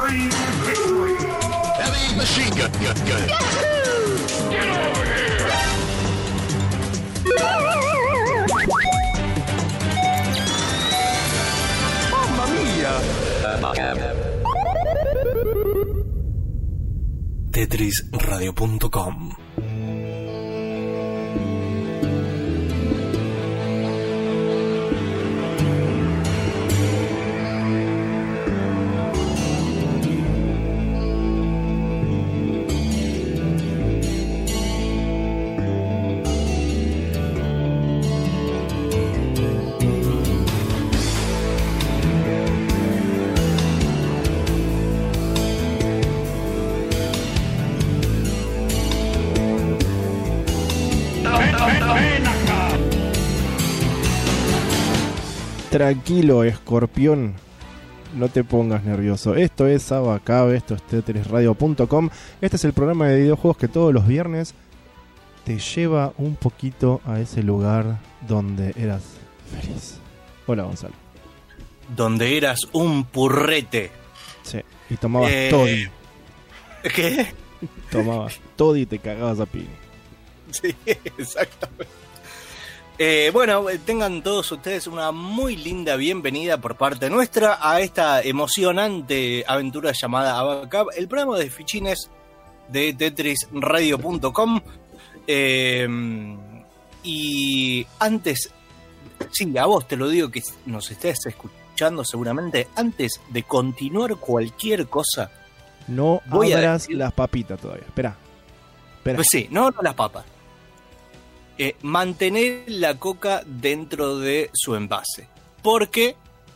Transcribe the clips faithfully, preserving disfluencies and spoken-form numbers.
Supreme victory! Heavy machine gun, gun, gun. Yahoo! Get over here! ¡Mamma mía! Tetris Radio punto com. Tranquilo, escorpión, no te pongas nervioso. Esto es Abacab, esto es Tetris Radio punto com. Este es el programa de videojuegos que todos los viernes te lleva un poquito a ese lugar donde eras feliz. Hola, Gonzalo. Donde eras un purrete. Sí, y tomabas eh... toddy. ¿Qué? Tomabas toddy y te cagabas a piña. Sí, exactamente. Eh, bueno, tengan todos ustedes una muy linda bienvenida por parte nuestra a esta emocionante aventura llamada Abacab, el programa de fichines de Tetris Radio punto com. Eh, y antes, sí, a vos te lo digo que nos estés escuchando seguramente, antes de continuar cualquier cosa, no voy abras a decir... las papitas todavía. Espera. Espera. Pues sí, no, no las papas. Eh, mantener la coca dentro de su envase. Porque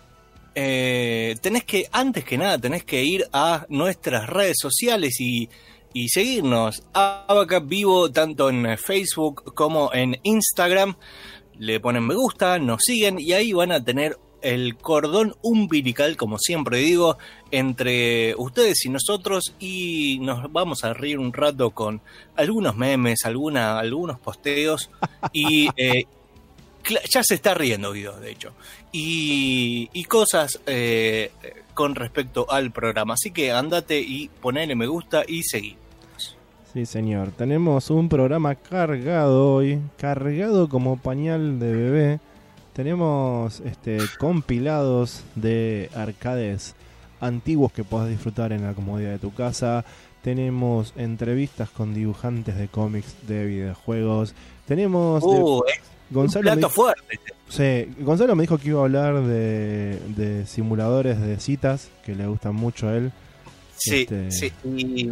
eh, tenés que, antes que nada, tenés que ir a nuestras redes sociales y, y seguirnos. Abacab Vivo, tanto en Facebook como en Instagram. Le ponen me gusta, nos siguen y ahí van a tener el cordón umbilical, como siempre digo, entre ustedes y nosotros, y nos vamos a reír un rato con algunos memes, alguna, algunos posteos, y eh, ya se está riendo Guido, de hecho, y, y cosas eh, con respecto al programa, así que andate y ponele me gusta y seguí. Sí, señor, tenemos un programa cargado hoy, cargado como pañal de bebé. Tenemos este, compilados de arcades antiguos que podés disfrutar en la comodidad de tu casa. Tenemos entrevistas con dibujantes de cómics de videojuegos. Tenemos... Uh, de... Gonzalo un plato me... fuerte. Sí, Gonzalo me dijo que iba a hablar de, de simuladores de citas, que le gustan mucho a él. Sí, este... sí. Y,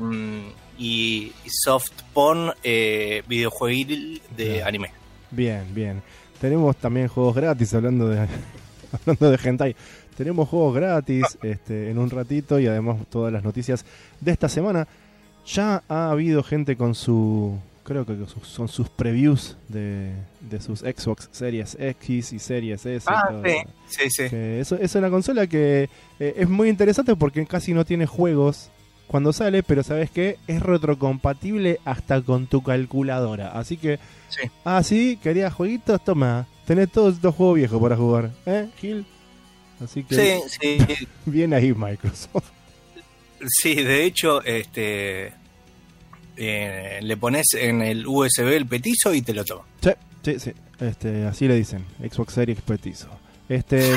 y soft porn, eh, videojueguil de Bien. anime. Bien, bien. Tenemos también juegos gratis, hablando de hablando de hentai. Tenemos juegos gratis este, en un ratito y además todas las noticias de esta semana. Ya ha habido gente con su... Creo que son sus previews de, de sus Xbox Series X y Series S. Ah, y todo. sí, sí, sí. Que eso, es una consola que eh, es muy interesante porque casi no tiene juegos cuando sale, pero ¿sabes qué? Es retrocompatible hasta con tu calculadora. Así que... Sí. Ah, sí, querías jueguitos, toma. Tenés todos estos juegos viejos para jugar, ¿eh, Gil? Así que Sí, sí. bien ahí Microsoft. Sí, de hecho, este eh, le pones en el U S B el petizo y te lo toma. Sí, sí, sí. Este, así le dicen, Xbox Series petizo. Este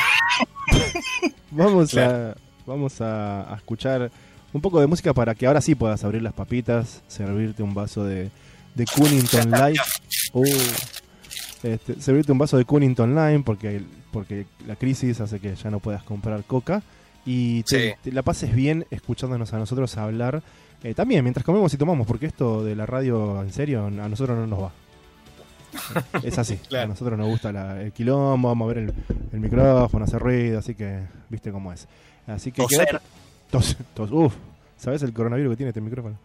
vamos claro. a vamos a, a escuchar un poco de música para que ahora sí puedas abrir las papitas, servirte un vaso de de Cunnington Light. Uh, este, servirte un vaso de Cunnington Lime porque, porque la crisis hace que ya no puedas comprar coca y te, sí. te la pases bien escuchándonos a nosotros hablar eh, también mientras comemos y tomamos, porque esto de la radio en serio a nosotros no nos va. Es así, claro. A nosotros nos gusta la, el quilombo, vamos a ver el, el micrófono, hacer ruido, así que viste cómo es. Así que toser. Tos, tos, uf, ¿sabes el coronavirus que tiene este micrófono?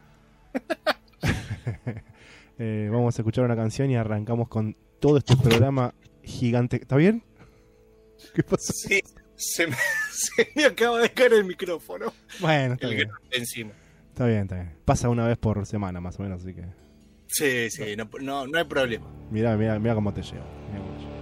Eh, vamos a escuchar una canción y arrancamos con todo este programa gigante. ¿Está bien? ¿Qué pasó? Sí, se me, se me acaba de caer el micrófono. Bueno, está el bien. Encima. Está bien, está bien. Pasa una vez por semana más o menos, así que... Sí, sí, no, no, no hay problema. Mirá, mirá, mirá cómo te llevo. Mirá cómo te llevo.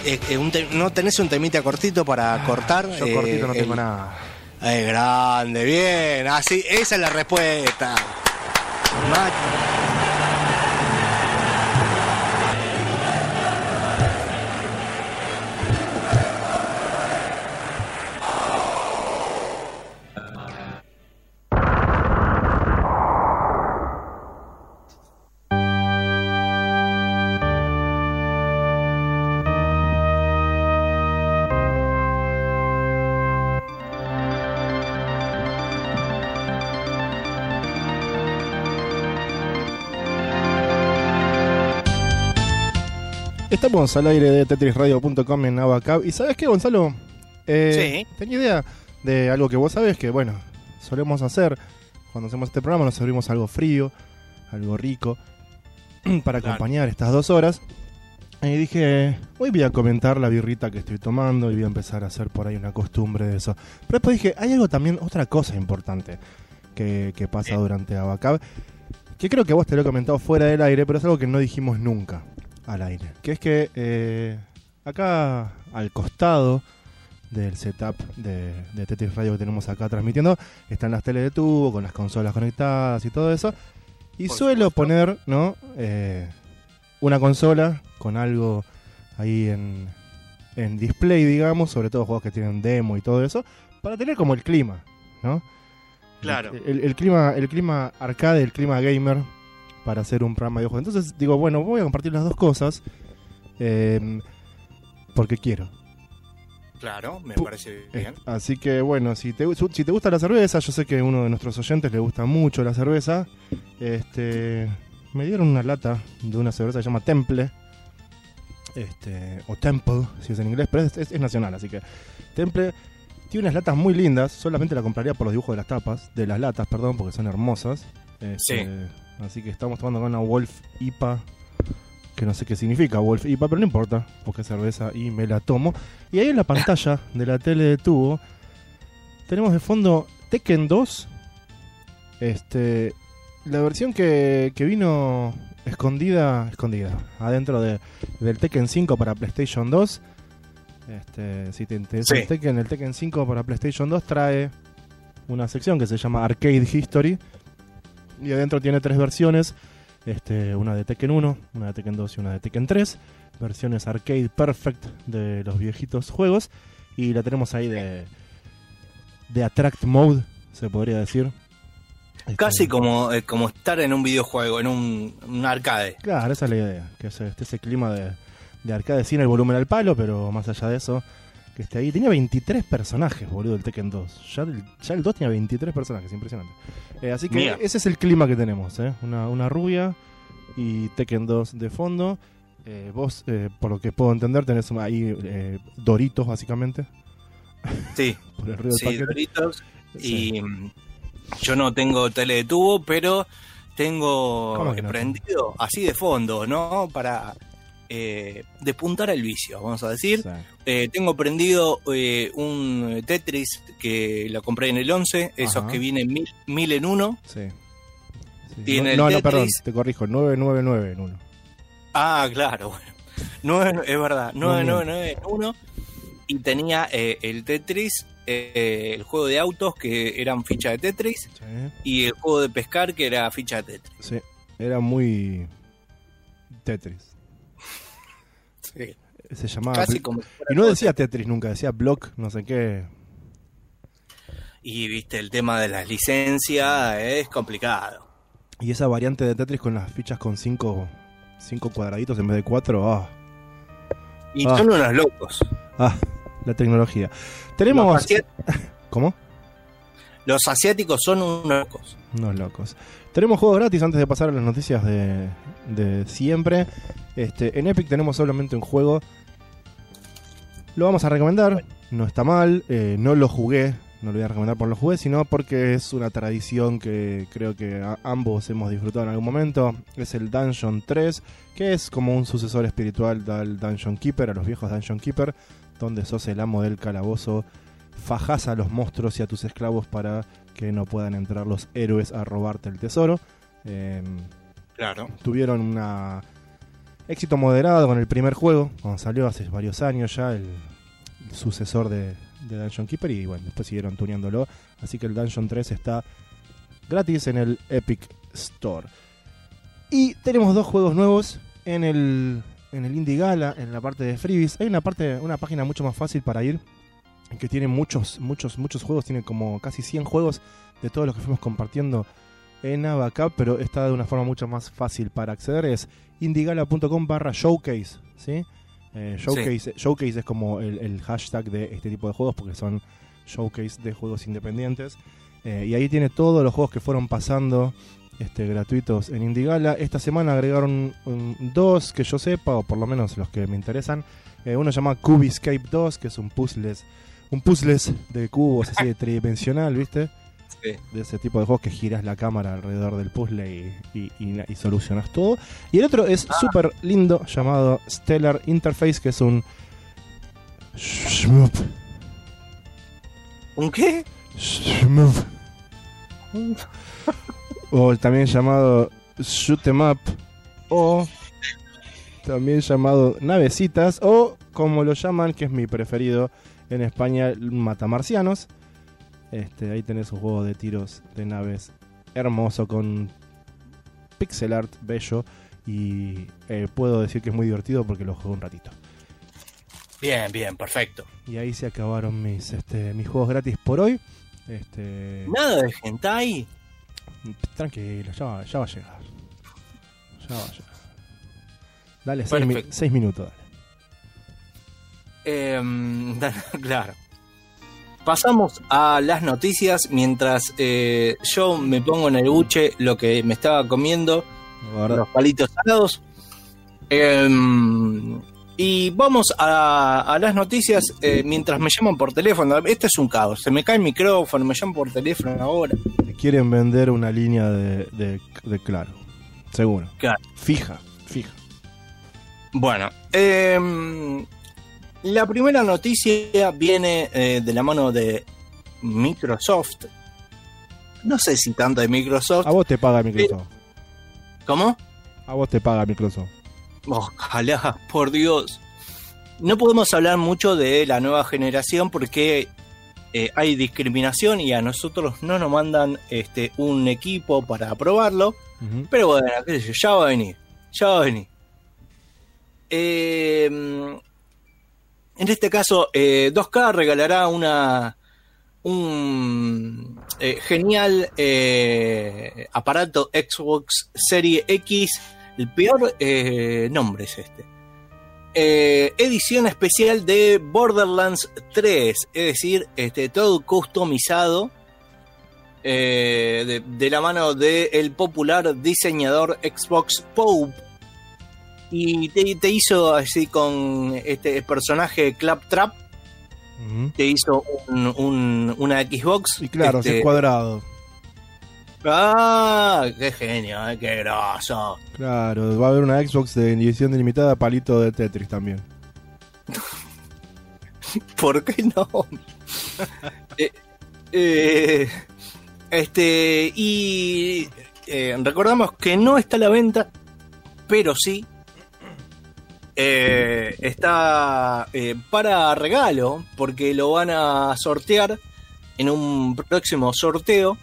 eh, eh, un te- ¿no tenés un temita cortito para cortar? Yo Eh, cortito no tengo el- nada. Es grande, bien, así, esa es la respuesta. Ma- Estamos al aire de tetris radio punto com en Abacab. ¿Y sabes qué, Gonzalo? Eh, Sí. Tenía idea de algo que vos sabés que, bueno, solemos hacer cuando hacemos este programa. Nos servimos algo frío, algo rico, para Claro. acompañar estas dos horas. Y dije, hoy voy a comentar la birrita que estoy tomando y voy a empezar a hacer por ahí una costumbre de eso. Pero después dije, hay algo también, otra cosa importante que, que pasa Sí. durante Abacab, que creo que vos te lo he comentado fuera del aire, pero es algo que no dijimos nunca al aire. Que es que eh, acá al costado del setup de, de Tetris Radio que tenemos acá transmitiendo, están las teles de tubo con las consolas conectadas y todo eso. Y Por suelo supuesto. poner, ¿no? Eh, una consola con algo ahí en, en display, digamos, sobre todo juegos que tienen demo y todo eso, para tener como el clima, ¿no? Claro. El, el- el clima, el clima arcade, el clima gamer para hacer un programa de juegos. Entonces digo, bueno, voy a compartir las dos cosas eh, porque quiero. Claro, me Pu- parece Eh, bien. así que bueno, si te, su- si te gusta la cerveza, yo sé que a uno de nuestros oyentes le gusta mucho la cerveza. Este, me dieron una lata de una cerveza que se llama Temple, este, o Temple, si es en inglés, pero es, es- es nacional, así que Temple tiene unas latas muy lindas. Solamente la compraría por los dibujos de las tapas, de las latas, perdón, porque son hermosas. Este, Así que estamos tomando con una Wolf I P A, que no sé qué significa Wolf I P A, pero no importa, porque es cerveza y me la tomo. Y ahí en la pantalla de la tele de tubo tenemos de fondo Tekken dos, este, la versión que, que vino escondida, escondida, adentro de, del Tekken cinco para PlayStation dos. Este, si te interesa Sí. el Tekken, el Tekken cinco para PlayStation dos trae una sección que se llama Arcade History. Y adentro tiene tres versiones, este, una de Tekken uno, una de Tekken dos y una de Tekken tres. Versiones arcade perfect de los viejitos juegos. Y la tenemos ahí de, de Attract Mode, se podría decir. Este, Casi como, eh, como estar en un videojuego, en un, un arcade. Claro, esa es la idea, que es este, ese clima de, de arcade sin el volumen al palo, pero más allá de eso, que esté ahí. Tenía veintitrés personajes, boludo, el Tekken dos. Ya el, ya el dos tenía veintitrés personajes, impresionante. Eh, así que Mira. ese es el clima que tenemos, ¿eh? Una, una rubia y Tekken dos de fondo. Eh, vos, eh, por lo que puedo entender, tenés ahí eh, Doritos, básicamente, Sí, por el ruido sí, del paquete. Doritos. Sí. Y mm, yo no tengo tele de tubo, pero tengo ¿Cómo que eh, no? prendido así de fondo, ¿no? Para eh, despuntar el vicio, vamos a decir. Sí. Eh, tengo prendido eh, un Tetris que lo compré en el once, esos Ajá. que vienen mil, mil en uno. Sí. Sí. Tiene no, el no, no, perdón, Tetris. te corrijo, nueve nueve nueve en uno. Ah, claro, bueno. Nueve- es verdad, No nueve nueve nueve en uno. Y tenía eh, el Tetris, eh, el juego de autos que eran ficha de Tetris, Sí. y el juego de pescar que era ficha de Tetris. Sí, era muy Tetris. Sí. Se llamaba. Casi Bl- como si fuera Y no todo decía Tetris nunca, decía Block, no sé qué. Y viste, el tema de las licencias es complicado. Y esa variante de Tetris con las fichas con cinco, cinco cuadraditos en vez de cuatro. Ah, Y Ah. son unos locos. ah, la tecnología. Tenemos. Los, asiat- ¿Cómo? los asiáticos son unos locos. Unos locos. Tenemos juegos gratis antes de pasar a las noticias de, de siempre. Este, en Epic tenemos solamente un juego. Lo vamos a recomendar. No está mal. eh, no lo jugué. No lo voy a recomendar por lo jugué, sino porque es una tradición que creo que a- ambos hemos disfrutado en algún momento. Es el Dungeon tres, que es como un sucesor espiritual del Dungeon Keeper, a los viejos Dungeon Keeper, donde sos el amo del calabozo, fajás a los monstruos y a tus esclavos para que no puedan entrar los héroes a robarte el tesoro. Eh, Claro. tuvieron una éxito moderado con el primer juego, cuando salió hace varios años ya, el, el sucesor de, de Dungeon Keeper, y bueno, después siguieron tuneándolo, así que el Dungeon tres está gratis en el Epic Store. Y tenemos dos juegos nuevos en el, en el Indie Gala, en la parte de freebies. Hay una parte, una página mucho más fácil para ir, que tiene muchos, muchos, muchos juegos, tiene como casi cien juegos de todos los que fuimos compartiendo en Abacap, pero está de una forma mucho más fácil para acceder. Es indiegala.com barra showcase, ¿sí? Eh, showcase, sí. Showcase es como el, el hashtag de este tipo de juegos, porque son showcase de juegos independientes. Eh, y ahí tiene todos los juegos que fueron pasando este, gratuitos en Indiegala. Esta semana agregaron um, dos que yo sepa, o por lo menos los que me interesan. Eh, uno se llama Cubiscape dos, que es un puzzles, un puzzles de cubos así de tridimensional, ¿viste? Sí. De ese tipo de juegos que giras la cámara alrededor del puzzle y, y, y, y solucionas todo. Y el otro es súper ah. lindo, llamado Stellar Interface, que es un shmup. ¿Un qué? Shmup. O también llamado Shoot 'em Up, o también llamado Navecitas, o como lo llaman, que es mi preferido en España, Matamarcianos. Este, ahí tenés un juego de tiros de naves hermoso con pixel art bello, y eh, puedo decir que es muy divertido porque lo jugué un ratito. Bien, bien, perfecto. Y ahí se acabaron mis, este, mis juegos gratis por hoy. Este... Nada de hentai. Tranquilo, ya va, ya va a llegar. Ya va a llegar. Dale, seis, mi- seis minutos, dale. Eh, claro. Pasamos a las noticias mientras eh, yo me pongo en el buche lo que me estaba comiendo, los palitos salados. Eh, y vamos a, a las noticias eh, mientras me llaman por teléfono. Esto es un caos, se me cae el micrófono, me llaman por teléfono ahora. Quieren vender una línea de, de, de Claro, seguro. Claro. Fija, fija. Bueno, eh, la primera noticia viene eh, de la mano de Microsoft. No sé si tanto de Microsoft. A vos te paga Microsoft. ¿Cómo? A vos te paga Microsoft. Ojalá, por Dios. No podemos hablar mucho de la nueva generación porque eh, hay discriminación y a nosotros no nos mandan este, un equipo para probarlo. Uh-huh. Pero bueno, qué sé yo, ya va a venir. Ya va a venir. Eh, en este caso, eh, dos K regalará una un eh, genial eh, aparato Xbox Series X. El peor eh, nombre es este. Eh, edición especial de Borderlands tres. Es decir, este, todo customizado. Eh, de, de la mano del popular diseñador Xbox Pope. Y te, te hizo así con este personaje Claptrap. Uh-huh. Te hizo un, un, una Xbox. Y claro, este, es cuadrado. ¡Ah! ¡Qué genio! Eh, ¡Qué groso! Claro, va a haber una Xbox de edición limitada, palito de Tetris también. ¿Por qué no? eh, eh, este y eh, recordamos que no está a la venta, pero sí eh, está eh, para regalo, porque lo van a sortear en un próximo sorteo.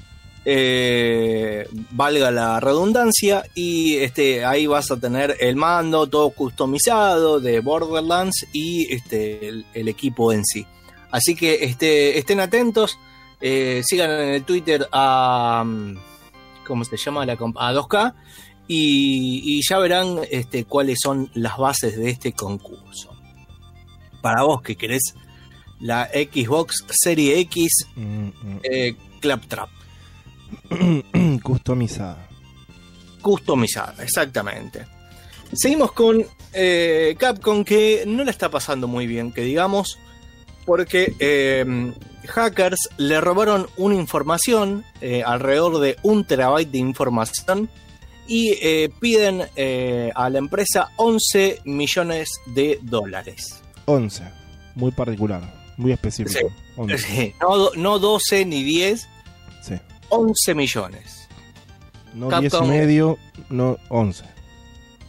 Eh, valga la redundancia, y este ahí vas a tener el mando todo customizado de Borderlands y este el, el equipo en sí. Así que este, estén atentos, eh, sigan en el Twitter a ¿cómo se llama? La comp- a dos K y, y ya verán este, cuáles son las bases de este concurso. Para vos que querés la Xbox Series X, mm-hmm. eh, Claptrap. Customizada. Customizada, exactamente. Seguimos con eh, Capcom, que no la está pasando muy bien, que digamos, porque eh, hackers le robaron una información, eh, alrededor de un terabyte de información, y eh, piden eh, a la empresa once millones de dólares. once, muy particular, muy específico. Sí, once. Sí. No, no doce ni diez. Sí. once millones. No Capcom, diez y medio, no once.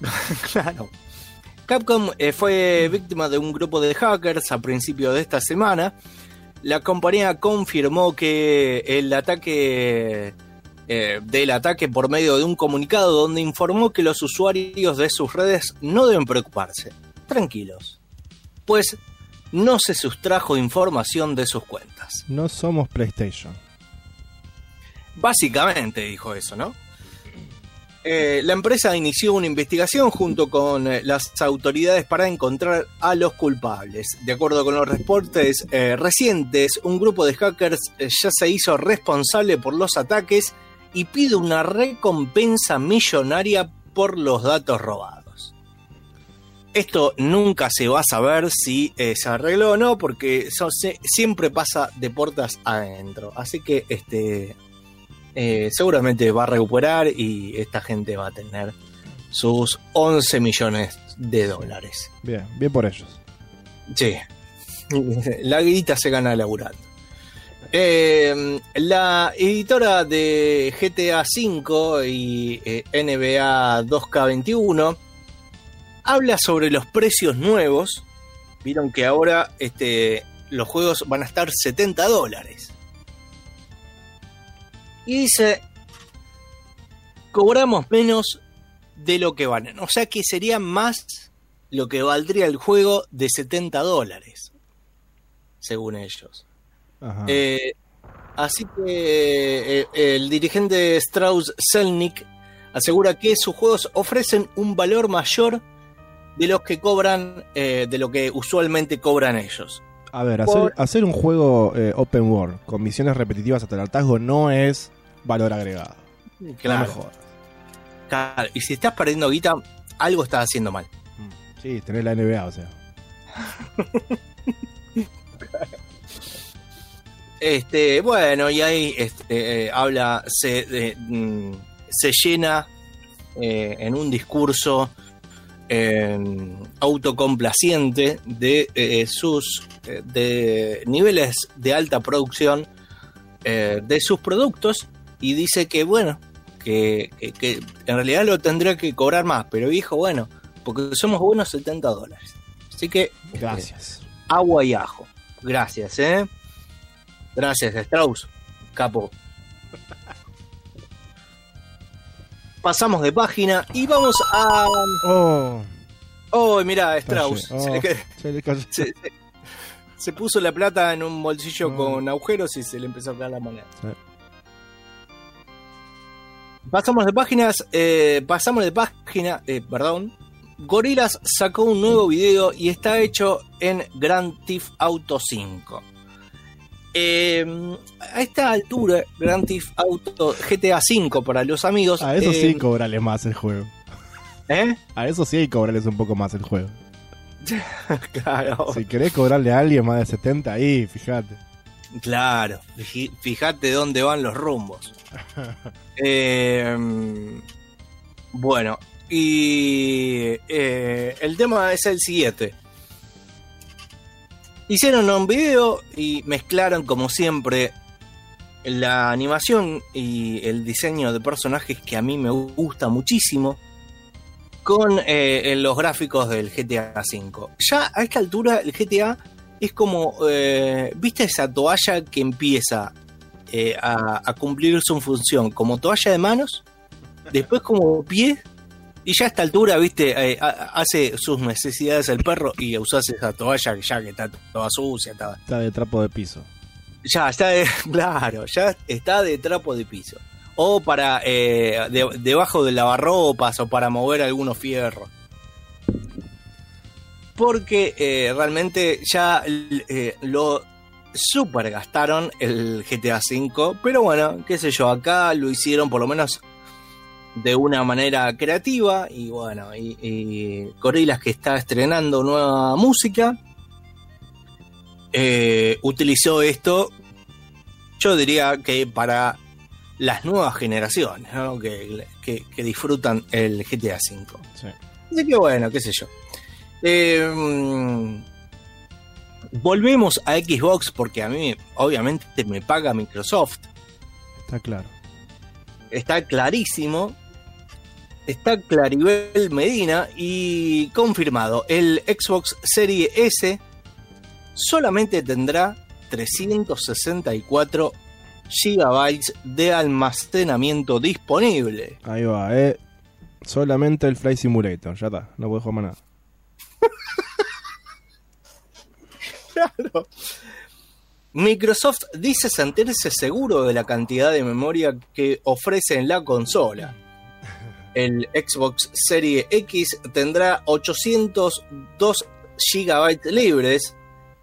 Claro. Capcom eh, fue víctima de un grupo de hackers a principios de esta semana. La compañía confirmó que el ataque eh, del ataque por medio de un comunicado donde informó que los usuarios de sus redes no deben preocuparse. Tranquilos. Pues no se sustrajo información de sus cuentas. No somos PlayStation. Básicamente dijo eso, ¿no? Eh, la empresa inició una investigación junto con eh, las autoridades para encontrar a los culpables. De acuerdo con los reportes eh, recientes, un grupo de hackers eh, ya se hizo responsable por los ataques y pide una recompensa millonaria por los datos robados. Esto nunca se va a saber si eh, se arregló o no, porque eso se, siempre pasa de puertas adentro. Así que este... Eh, seguramente va a recuperar y esta gente va a tener sus once millones de dólares. Bien, bien por ellos. Sí, la guita se gana laburando. Eh, la editora de G T A cinco y eh, N B A dos K veintiuno habla sobre los precios nuevos. Vieron que ahora este, los juegos van a estar setenta dólares. Y dice, cobramos menos de lo que valen. O sea que sería más lo que valdría el juego de setenta dólares, según ellos. Ajá. Eh, así que eh, el dirigente Strauss Zelnick asegura que sus juegos ofrecen un valor mayor de los que cobran, eh, de lo que usualmente cobran ellos. A ver, Por... hacer, hacer un juego eh, open world con misiones repetitivas hasta el hartazgo no es valor agregado. Claro. No me jodas. Claro. Y si estás perdiendo guita, algo estás haciendo mal. Sí, tenés la N B A, o sea. Este, bueno, y ahí este, eh, habla, se, eh, mm, se llena eh, en un discurso eh, autocomplaciente de eh, sus eh, de niveles de alta producción eh, de sus productos y dice que bueno, que, que, que en realidad lo tendría que cobrar más, pero dijo bueno, porque somos buenos setenta dólares. Así que Gracias. Eh, agua y ajo. Gracias, eh. Gracias, Strauss, capo. Pasamos de página y vamos a... Oh, Oh, mirá, Strauss. oh, Se, le qued- se le cayó. se- se- se puso la plata en un bolsillo Oh. con agujeros y se le empezó a caer la moneda. Sí. Pasamos de páginas, eh, pasamos de página, eh, perdón. Gorillaz sacó un nuevo video y está hecho en Grand Theft Auto cinco. Eh, a esta altura, Grand Theft Auto G T A cinco para los amigos. A eso eh, sí cobrale más el juego. ¿Eh? A eso sí hay que cobrarles un poco más el juego. Claro, Si querés cobrarle a alguien más de setenta, ahí, fíjate. claro. Fí- Fíjate dónde van los rumbos. Eh, bueno, y eh, el tema es el siguiente. Hicieron un video y mezclaron como siempre la animación y el diseño de personajes que a mí me gusta muchísimo con eh, los gráficos del G T A cinco. Ya a esta altura el G T A es como, eh, ¿viste esa toalla que empieza eh, a, a cumplir su función como toalla de manos? Después como pie. Y ya a esta altura, viste, eh, ha- hace sus necesidades el perro y usás esa toalla que ya que está toda sucia. Está, Está de trapo de piso. ya está, de- claro, ya está de trapo de piso. O para eh, de- debajo del lavarropas o para mover algunos fierros. Porque eh, realmente ya eh, lo super gastaron el G T A cinco. Pero bueno, qué sé yo, acá lo hicieron por lo menos de una manera creativa. Y bueno, y, y Gorillaz, que está estrenando nueva música, eh, utilizó esto, yo diría que para las nuevas generaciones, ¿no? que, que, que disfrutan el G T A cinco. Sí. Así que bueno, qué sé yo. Eh, volvemos a Xbox porque a mí obviamente me paga Microsoft. Está claro. Está clarísimo. está Claribel Medina y confirmado, el Xbox Series S solamente tendrá trescientos sesenta y cuatro gigabytes de almacenamiento disponible. Ahí va, eh. Solamente el Flight Simulator, ya está, no puedo jugar más nada. Claro. Microsoft dice sentirse seguro de la cantidad de memoria que ofrece en la consola. El Xbox Series X tendrá ochocientos dos gigabytes libres.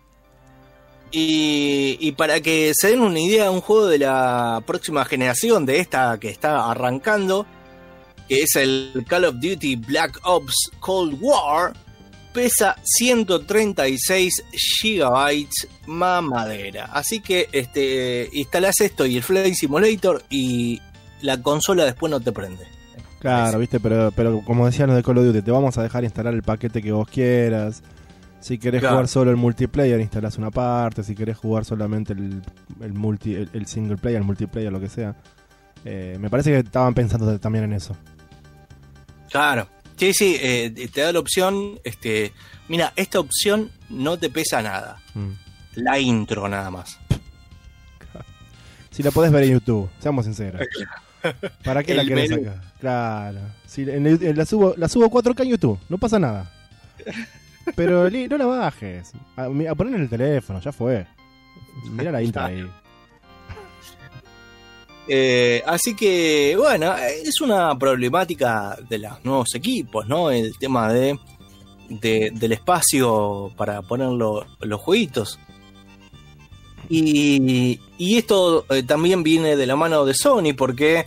Y, y para que se den una idea, un juego de la próxima generación, de esta que está arrancando, que es el Call of Duty Black Ops Cold War, pesa ciento treinta y seis gigabytes mamadera. Así que este, instalás esto y el Flight Simulator y la consola después no te prende. Claro, viste, pero, pero como decían los de Call of Duty, te vamos a dejar instalar el paquete que vos quieras. Si querés claro. jugar solo el multiplayer, instalás una parte. Si querés jugar solamente el, el, multi, el, el single player, el multiplayer, lo que sea. Eh, me parece que estaban pensando también en eso. Claro. Sí, sí, eh, te da la opción. Este, mira, esta opción no te pesa nada. Mm. La intro nada más. Si la podés ver en YouTube, seamos sinceros. ¿Para qué la querés menú. Acá? Claro. Si en el, en la, subo, la subo cuatro K en YouTube, no pasa nada. Pero no la bajes. A, a poner en el teléfono, ya fue. Mira la intro ahí. Eh, así que, bueno, es una problemática de los nuevos equipos, ¿no? El tema de, de del espacio para poner lo, los jueguitos. Y, y esto eh, también viene de la mano de Sony, porque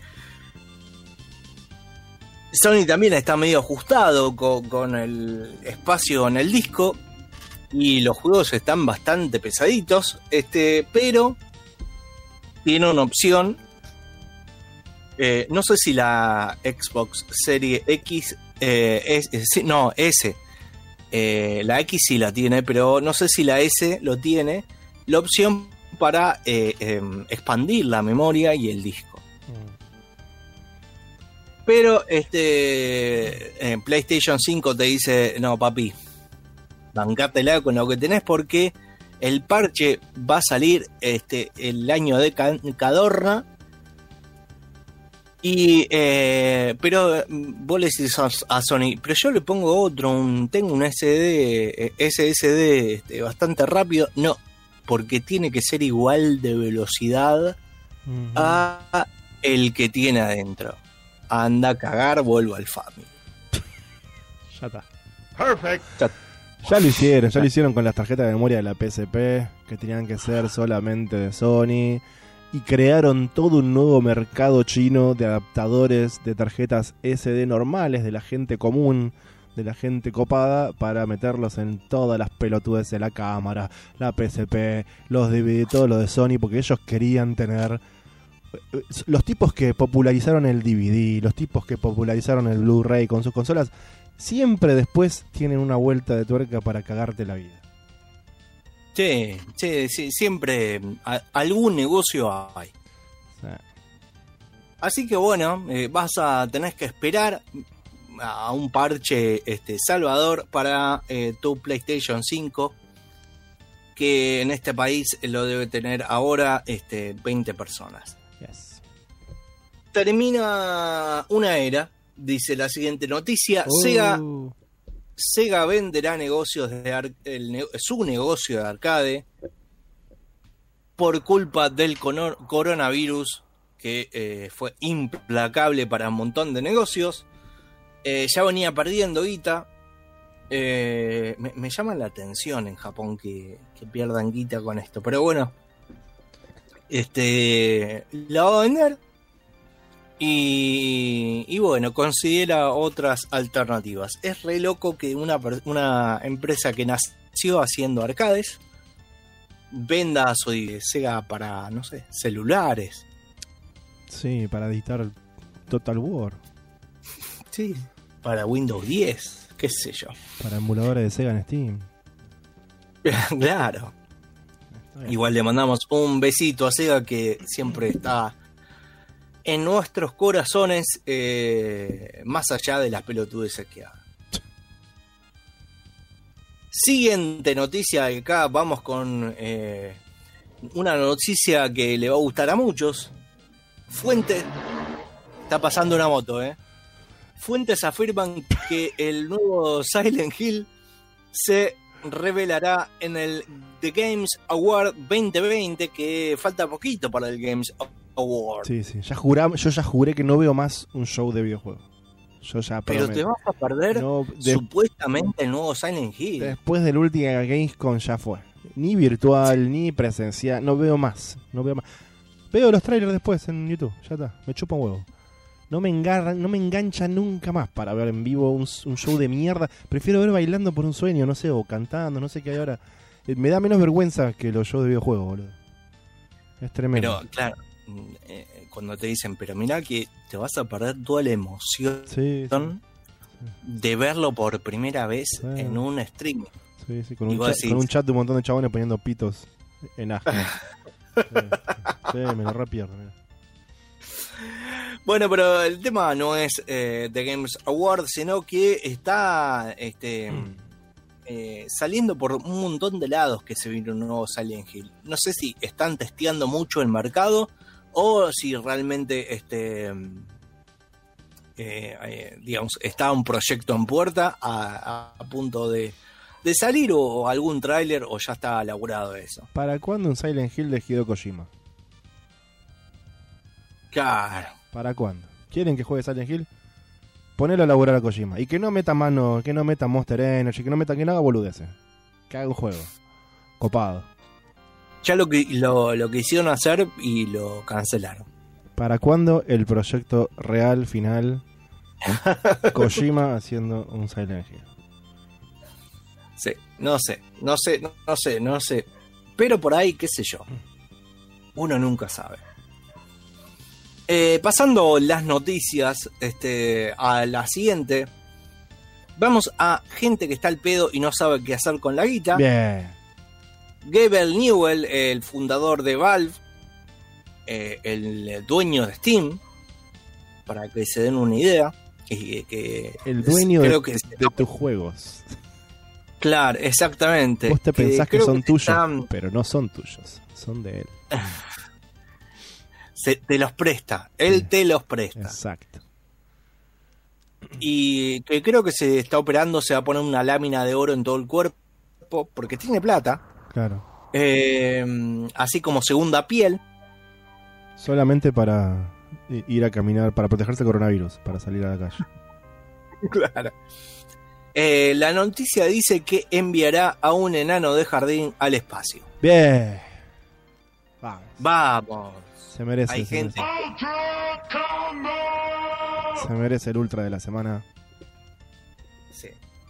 Sony también está medio ajustado con, con el espacio en el disco y los juegos están bastante pesaditos, este, pero tiene una opción. Eh, no sé si la Xbox Series X, eh, es, es, no, S, eh, la X sí la tiene, pero no sé si la S lo tiene, la opción para eh, eh, expandir la memoria y el disco. Pero este eh, PlayStation cinco te dice, no papi, bancátela con lo que tenés porque el parche va a salir este el año de Cadorna. Y eh, pero vos le decís a, a Sony, pero yo le pongo otro, un, tengo un S S D, S S D este, bastante rápido. No, porque tiene que ser igual de velocidad uh-huh. a el que tiene adentro. Anda a cagar, vuelvo al Family. Ya está. Perfect. Ya, ya lo hicieron, ya lo hicieron con las tarjetas de memoria de la P S P, que tenían que ser solamente de Sony. Y crearon todo un nuevo mercado chino de adaptadores de tarjetas S D normales, de la gente común, de la gente copada, para meterlos en todas las pelotudes de la cámara, la P S P, los D V D, todo lo de Sony, porque ellos querían tener... Los tipos que popularizaron el D V D, los tipos que popularizaron el Blu-ray con sus consolas, siempre después tienen una vuelta de tuerca para cagarte la vida. Sí, sí, sí, siempre a, algún negocio hay. Sí. Así que bueno, eh, vas a tener que esperar a un parche este, salvador para eh, tu PlayStation cinco, que en este país lo debe tener ahora este, veinte personas. Yes. Termina una era, dice la siguiente noticia. Uh. Sega... Sega venderá negocios de ar- el, su negocio de arcade por culpa del conor- coronavirus, que eh, fue implacable para un montón de negocios. Eh, ya venía perdiendo guita. Eh, me, me llama la atención en Japón que, que pierdan guita con esto. Pero bueno, este la va a vender. Y, y bueno, considera otras alternativas. Es re loco que una, una empresa que nació haciendo arcades venda su Sega para, no sé, celulares. Sí, para editar Total War. Sí, para Windows diez, qué sé yo. Para emuladores de Sega en Steam. Claro. Igual le mandamos un besito a Sega, que siempre está en nuestros corazones, eh, más allá de las pelotudeces que hagan. Siguiente noticia, acá vamos con eh, una noticia que le va a gustar a muchos. Fuentes, está pasando una moto, ¿eh? Fuentes afirman que el nuevo Silent Hill se revelará en el The Games Award veinte veinte, que falta poquito para el Games Award. Sí, sí, ya juramos, yo ya juré que no veo más un show de videojuegos. Yo ya Pero prometo. te vas a perder No, de- supuestamente el nuevo Silent Hill. Después del último Gamescom ya fue. Ni virtual, ni presencial. No veo más. No veo más. Veo los trailers después en YouTube. Ya está. Me chupa un huevo. No me engarran, no me engancha nunca más para ver en vivo un, un show de mierda. Prefiero ver Bailando por un Sueño, no sé, o cantando, no sé qué hay ahora. Eh, Me da menos vergüenza que los shows de videojuegos, boludo. Es tremendo. Pero, claro, eh, cuando te dicen, pero mirá que te vas a perder toda la emoción Sí, sí, de verlo por primera vez Sí. en un stream. sí, sí, con, Y un vos chat, decís- con un chat de un montón de chabones poniendo pitos en asco. sí, sí, sí, me lo repierdo, mirá. Bueno, pero el tema no es eh, The Games Award, sino que está este, eh, saliendo por un montón de lados que se viene un nuevo Silent Hill. No sé si están testeando mucho el mercado o si realmente este, eh, eh, digamos, está un proyecto en puerta a, a punto de, de salir, o algún tráiler, o ya está elaborado eso. ¿Para cuándo un Silent Hill de Hideo Kojima? Claro. ¿Para cuándo? ¿Quieren que juegue Silent Hill? Ponelo a laburar a Kojima. Y que no meta mano, que no meta Monster Energy, que no meta, que no haga boludeces. Que haga un juego. Copado. Ya lo que, lo, lo que hicieron hacer y lo cancelaron. ¿Para cuándo el proyecto real, final? Kojima haciendo un Silent Hill. Sí, no sé, no sé, no, no sé, no sé. Pero por ahí, qué sé yo. Uno nunca sabe. Eh, pasando las noticias este, a la siguiente. Vamos a gente que está al pedo y no sabe qué hacer con la guita. Bien. Gabriel Newell, el fundador de Valve, eh, el dueño de Steam, para que se den una idea. Que, que El dueño de, creo que, de tus juegos. claro, exactamente. Vos te pensás que, creo son se tuyos, están- pero no son tuyos. Son de él. se, te los presta. Él Sí. te los presta. Exacto. Y que creo que se está operando, se va a poner una lámina de oro en todo el cuerpo, porque tiene plata. Claro. Eh, así como segunda piel. Solamente para i- ir a caminar, para protegerse del coronavirus, para salir a la calle. Claro. Eh, la noticia dice que enviará a un enano de jardín al espacio. Bien. Vamos. Vamos. Se merece. Hay se gente. merece. Ultra Combo! Se merece el ultra de la semana. Sí.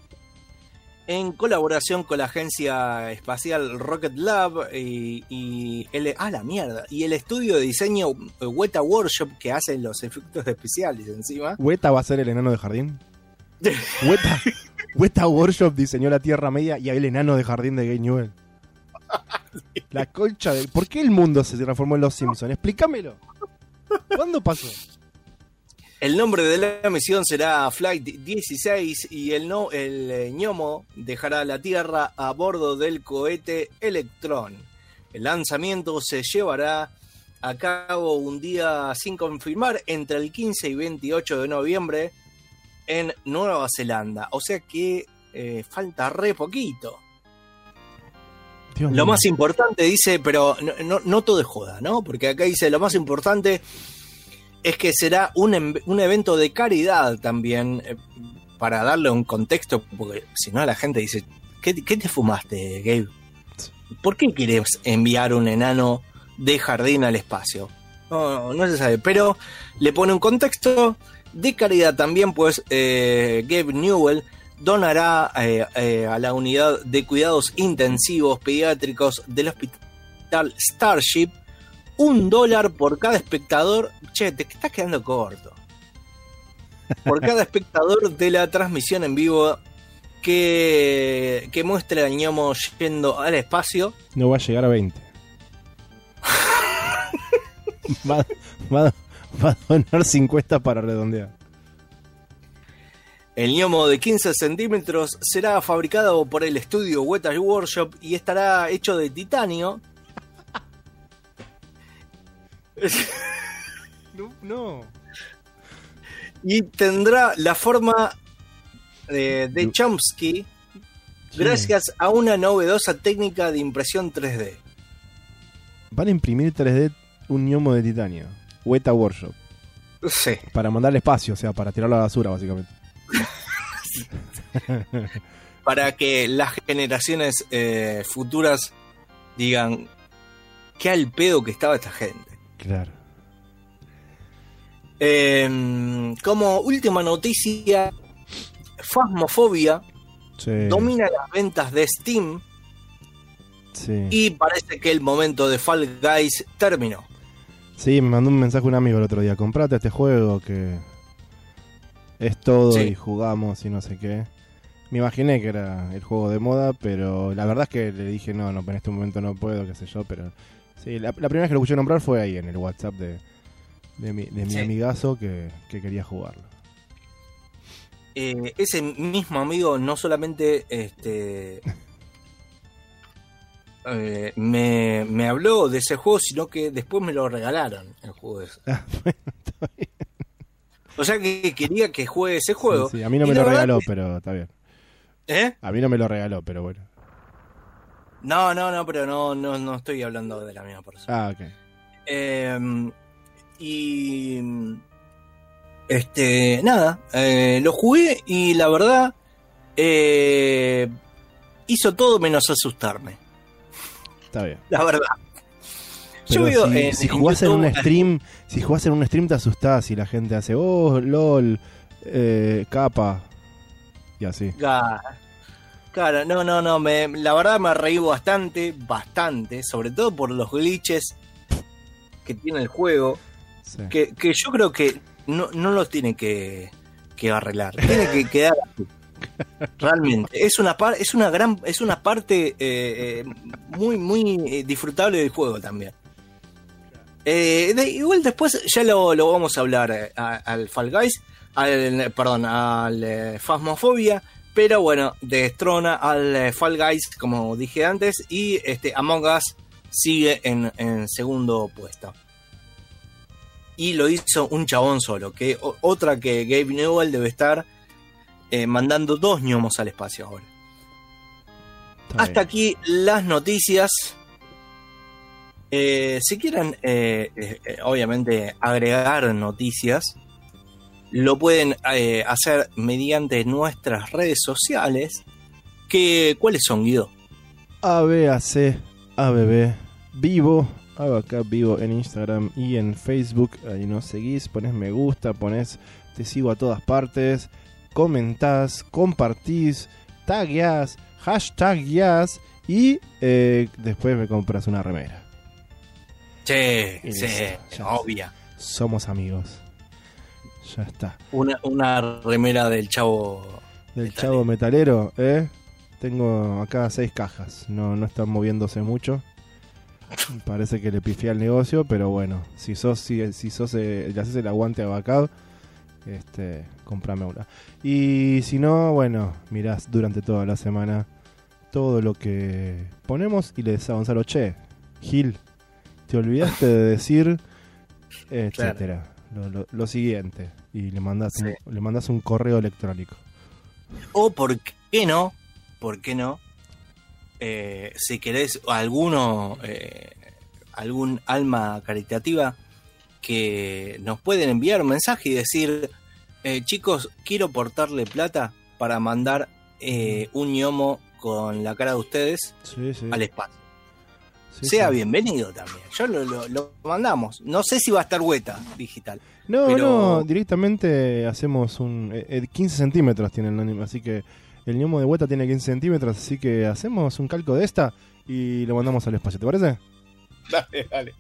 En colaboración con la agencia espacial Rocket Lab y, y el, ah, la mierda, y el estudio de diseño Weta Workshop, que hace los efectos especiales encima. ¿Weta va a ser el enano de jardín? Weta, Weta Workshop diseñó la Tierra Media y el enano de jardín de Gabe Newell. La concha de... ¿Por qué el mundo se transformó en Los Simpsons? Explícamelo. ¿Cuándo pasó? El nombre de la misión será Flight dieciséis y el, no, el eh, ñomo dejará la Tierra a bordo del cohete Electron. El lanzamiento se llevará a cabo un día sin confirmar entre el quince y veintiocho de noviembre en Nueva Zelanda. O sea que eh, falta re poquito. Dios Lo mío. más importante dice, pero no, no, no todo es joda, ¿no? Porque acá dice lo más importante es que será un, em- un evento de caridad también, eh, para darle un contexto, porque si no la gente dice, ¿qué, qué te fumaste, Gabe? ¿Por qué quieres enviar un enano de jardín al espacio? No, no, no se sabe, pero le pone un contexto de caridad también, pues eh, Gabe Newell donará eh, eh, a la unidad de cuidados intensivos pediátricos del hospital Starship un dólar por cada espectador. Che, te estás quedando corto. Por cada espectador de la transmisión en vivo que, que muestre al ñomo yendo al espacio. No va a llegar a veinte. va, va- Va a donar cincuenta para redondear. El gnomo de quince centímetros será fabricado por el estudio Weta Workshop y estará hecho de titanio. No, no. Y tendrá la forma de, de Chomsky Sí. gracias a una novedosa técnica de impresión tres D. Van a imprimir tres D un gnomo de titanio. Weta Workshop. Sí. Para mandarle espacio, o sea, para tirarlo a la basura, básicamente. Para que las generaciones eh, futuras digan qué al pedo que estaba esta gente. Claro. Eh, como última noticia, Phasmophobia Sí. domina las ventas de Steam Sí. y parece que el momento de Fall Guys terminó. Sí, me mandó un mensaje un amigo el otro día. Comprate este juego que es todo Sí. y jugamos y no sé qué. Me imaginé que era el juego de moda, pero la verdad es que le dije no, no, en este momento no puedo, qué sé yo, pero sí, la, la primera vez que lo escuché nombrar fue ahí en el WhatsApp de, de mi, de mi Sí. amigazo que, que quería jugarlo. Eh, ese mismo amigo no solamente este eh, me, me habló de ese juego, sino que después me lo regalaron el juego ese. Ah, bueno, está bien. O sea que quería que juegue ese juego. Sí, sí, a mí no Y me la lo verdad regaló, que- pero está bien. ¿Eh? A mí no me lo regaló, pero bueno. No, no, no, pero no, no, no estoy hablando de la misma persona. Ah, ok. Eh, y este, nada, eh, lo jugué y la verdad eh, hizo todo menos asustarme. Está bien. La verdad. Pero veo si, en- si en jugás en un YouTube- stream, si jugás en un stream te asustás y la gente hace, oh, lol, eh, capa, y así. Claro, claro, no, no, no, me, la verdad me reí bastante, bastante, sobre todo por los glitches que tiene el juego, Sí. que, que yo creo que no, no los tiene que, que arreglar, tiene que quedar así. Realmente, es una par, es una gran, es una parte eh, eh, muy, muy eh, disfrutable del juego también. Eh, de- igual después ya lo, lo vamos a hablar eh, a- al Fall Guys, al, perdón, al eh, Phasmophobia, pero bueno, destrona al eh, Fall Guys, como dije antes, y este Among Us sigue en, en segundo puesto. Y lo hizo un chabón solo, que o- otra que Gabe Newell debe estar eh, mandando dos gnomos al espacio ahora. Está Hasta bien. aquí las noticias. Eh, si quieren, eh, eh, eh, obviamente, agregar noticias, lo pueden eh, hacer mediante nuestras redes sociales. Que, ¿cuáles son, Guido? A B A C, A B B, vivo, hago acá vivo en Instagram y en Facebook. Ahí nos seguís, pones me gusta, pones te sigo a todas partes, comentás, compartís, tagueás, hashtagás y eh, después me compras una remera. Sí, Y sí, listo, ya obvia. Somos amigos. Ya está. Una, una remera del chavo. Del Metalero. chavo metalero, ¿eh? Tengo acá seis cajas. No, no están moviéndose mucho. Parece que le pifié al negocio, pero bueno, si sos, si, si sos, eh, le haces el aguante a Bacad, este, comprame una. Y si no, bueno, mirás durante toda la semana todo lo que ponemos y le decís a Gonzalo, che, Gil, te olvidaste de decir, etcétera. Lo, lo, lo siguiente. Y le mandás, Sí. un, le mandás un correo electrónico. O, ¿por qué no? ¿Por qué no? Eh, si querés alguno, eh, algún alma caritativa que nos pueden enviar un mensaje y decir, eh, chicos, quiero portarle plata para mandar eh, un gnomo con la cara de ustedes Sí, sí. al espacio. Sí, sea sí. bienvenido también. Yo lo, lo- lo mandamos. No sé si va a estar Weta digital. No, pero- no, directamente hacemos un... eh, eh, quince centímetros tiene el anime, así que el gnomo de Weta tiene quince centímetros, así que hacemos un calco de esta y lo mandamos al espacio, ¿te parece? Dale, dale.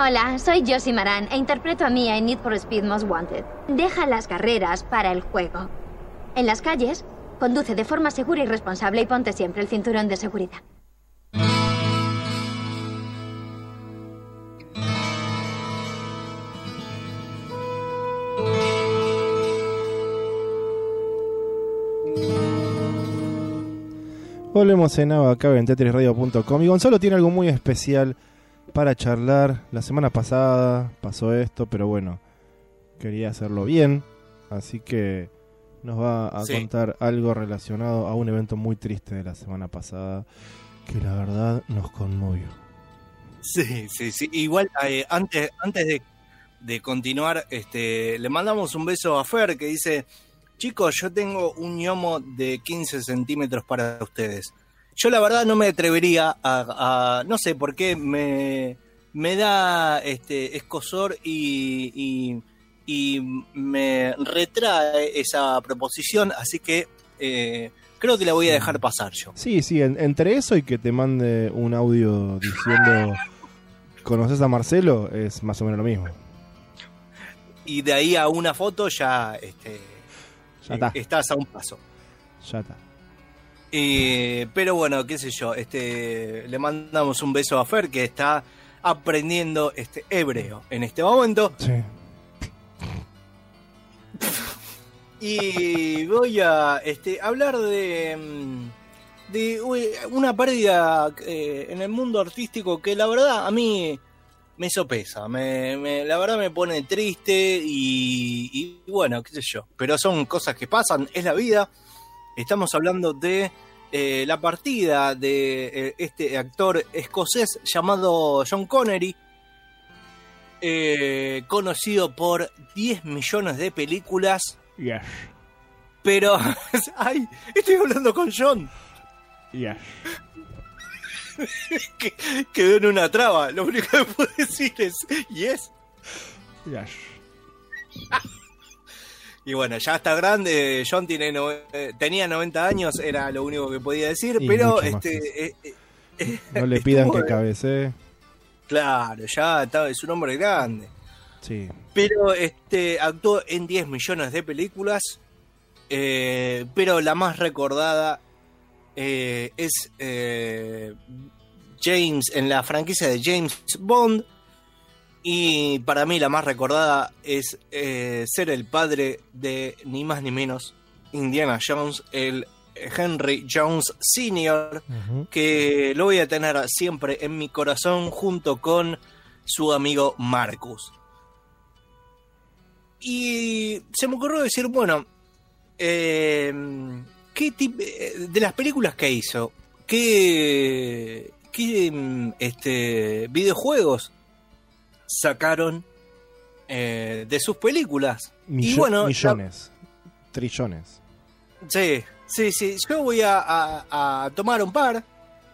Hola, soy Josie Maran e interpreto a Mia en Need for Speed Most Wanted. Deja las carreras para el juego. En las calles, conduce de forma segura y responsable y ponte siempre el cinturón de seguridad. Volvemos en Abacab en tetris radio punto com y Gonzalo tiene algo muy especial para charlar. La semana pasada pasó esto, pero bueno, quería hacerlo bien, así que nos va a sí. contar algo relacionado a un evento muy triste de la semana pasada que la verdad nos conmovió. Sí, sí, sí. Igual eh, antes, antes de, de continuar, este, le mandamos un beso a Fer que dice: chicos, yo tengo un ñomo de quince centímetros para ustedes. Yo la verdad no me atrevería a... a no sé por qué me, me da este escozor y, y, y me retrae esa proposición, así que eh, creo que la voy a dejar pasar yo. Sí, sí, en, entre eso y que te mande un audio diciendo ¿conoces a Marcelo? Es más o menos lo mismo. Y de ahí a una foto ya... este Ya está. Estás a un paso. Ya está. Eh, pero bueno, qué sé yo, este, le mandamos un beso a Fer que está aprendiendo este hebreo en este momento. Sí. Y voy a este, hablar de, de una pérdida eh, en el mundo artístico que la verdad a mí me sopesa, me, me, la verdad me pone triste y, y bueno, qué sé yo, pero son cosas que pasan, es la vida. Estamos hablando de eh, la partida de eh, este actor escocés llamado Sean Connery, eh, conocido por diez millones de películas. Yes. Pero, ay, estoy hablando con John. Yes. que, quedó en una traba. Lo único que puedo decir es yes. Yes. Y bueno, ya está grande. John tiene no, eh, tenía noventa años, era lo único que podía decir. Y pero este eh, eh, no le pidan que cabecee. Claro, ya está, es un hombre grande. Sí. Pero este actuó en diez millones de películas. Eh, pero la más recordada Eh, es eh, James en la franquicia de James Bond, y para mí la más recordada es eh, ser el padre de ni más ni menos Indiana Jones, el Henry Jones senior, uh-huh. que lo voy a tener siempre en mi corazón junto con su amigo Marcus. Y se me ocurrió decir, bueno, eh, ¿qué tipo de las películas que hizo? ¿Qué, qué este, videojuegos sacaron eh, de sus películas? Millo- y bueno, millones, la... trillones. Sí, sí, sí. Yo voy a, a, a tomar un par. Mm.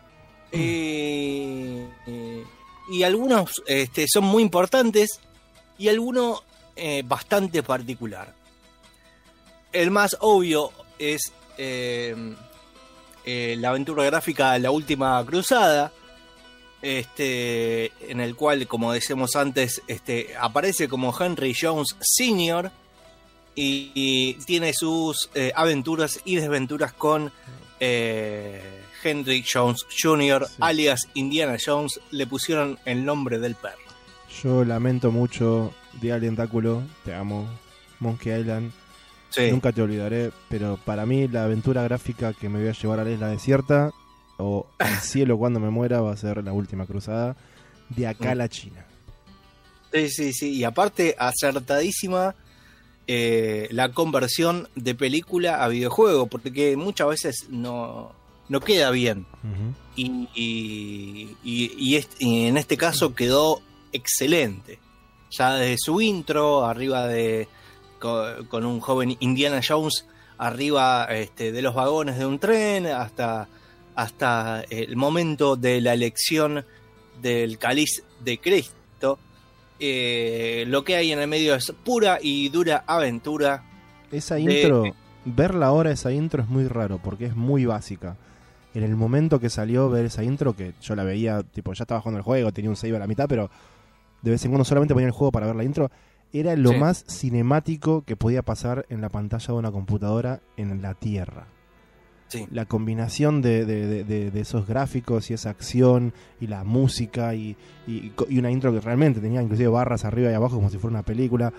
Eh, eh, y algunos este, son muy importantes y algunos eh, bastante particular. El más obvio es eh, eh, la aventura gráfica La Última Cruzada, este, en el cual, como decíamos antes, este, aparece como Henry Jones senior y, y tiene sus eh, aventuras y desventuras con eh, Henry Jones junior, sí. alias Indiana Jones. Le pusieron el nombre del perro. Yo lamento mucho, Dial Tentáculo, te amo, Monkey Island. Sí. Nunca te olvidaré, pero para mí la aventura gráfica que me voy a llevar a la isla desierta o al cielo cuando me muera va a ser La Última Cruzada, de acá a la China. Sí, sí, sí, y aparte acertadísima eh, la conversión de película a videojuego, porque muchas veces no, no queda bien. Uh-huh. y, y, y, y, este, y en este caso quedó excelente. Ya desde su intro, arriba de... Con, con un joven Indiana Jones arriba este, de los vagones de un tren, hasta, hasta el momento de la elección del cáliz de Cristo. Eh, lo que hay en el medio es pura y dura aventura. Esa de... intro, verla ahora, esa intro es muy raro porque es muy básica. En el momento que salió ver esa intro, que yo la veía, tipo, ya estaba jugando el juego, tenía un save a la mitad, pero de vez en cuando solamente ponía el juego para ver la intro, era lo Sí. más cinemático que podía pasar en la pantalla de una computadora en la Tierra. Sí. La combinación de, de, de, de, de esos gráficos y esa acción y la música y, y, y una intro que realmente tenía inclusive barras arriba y abajo como si fuera una película,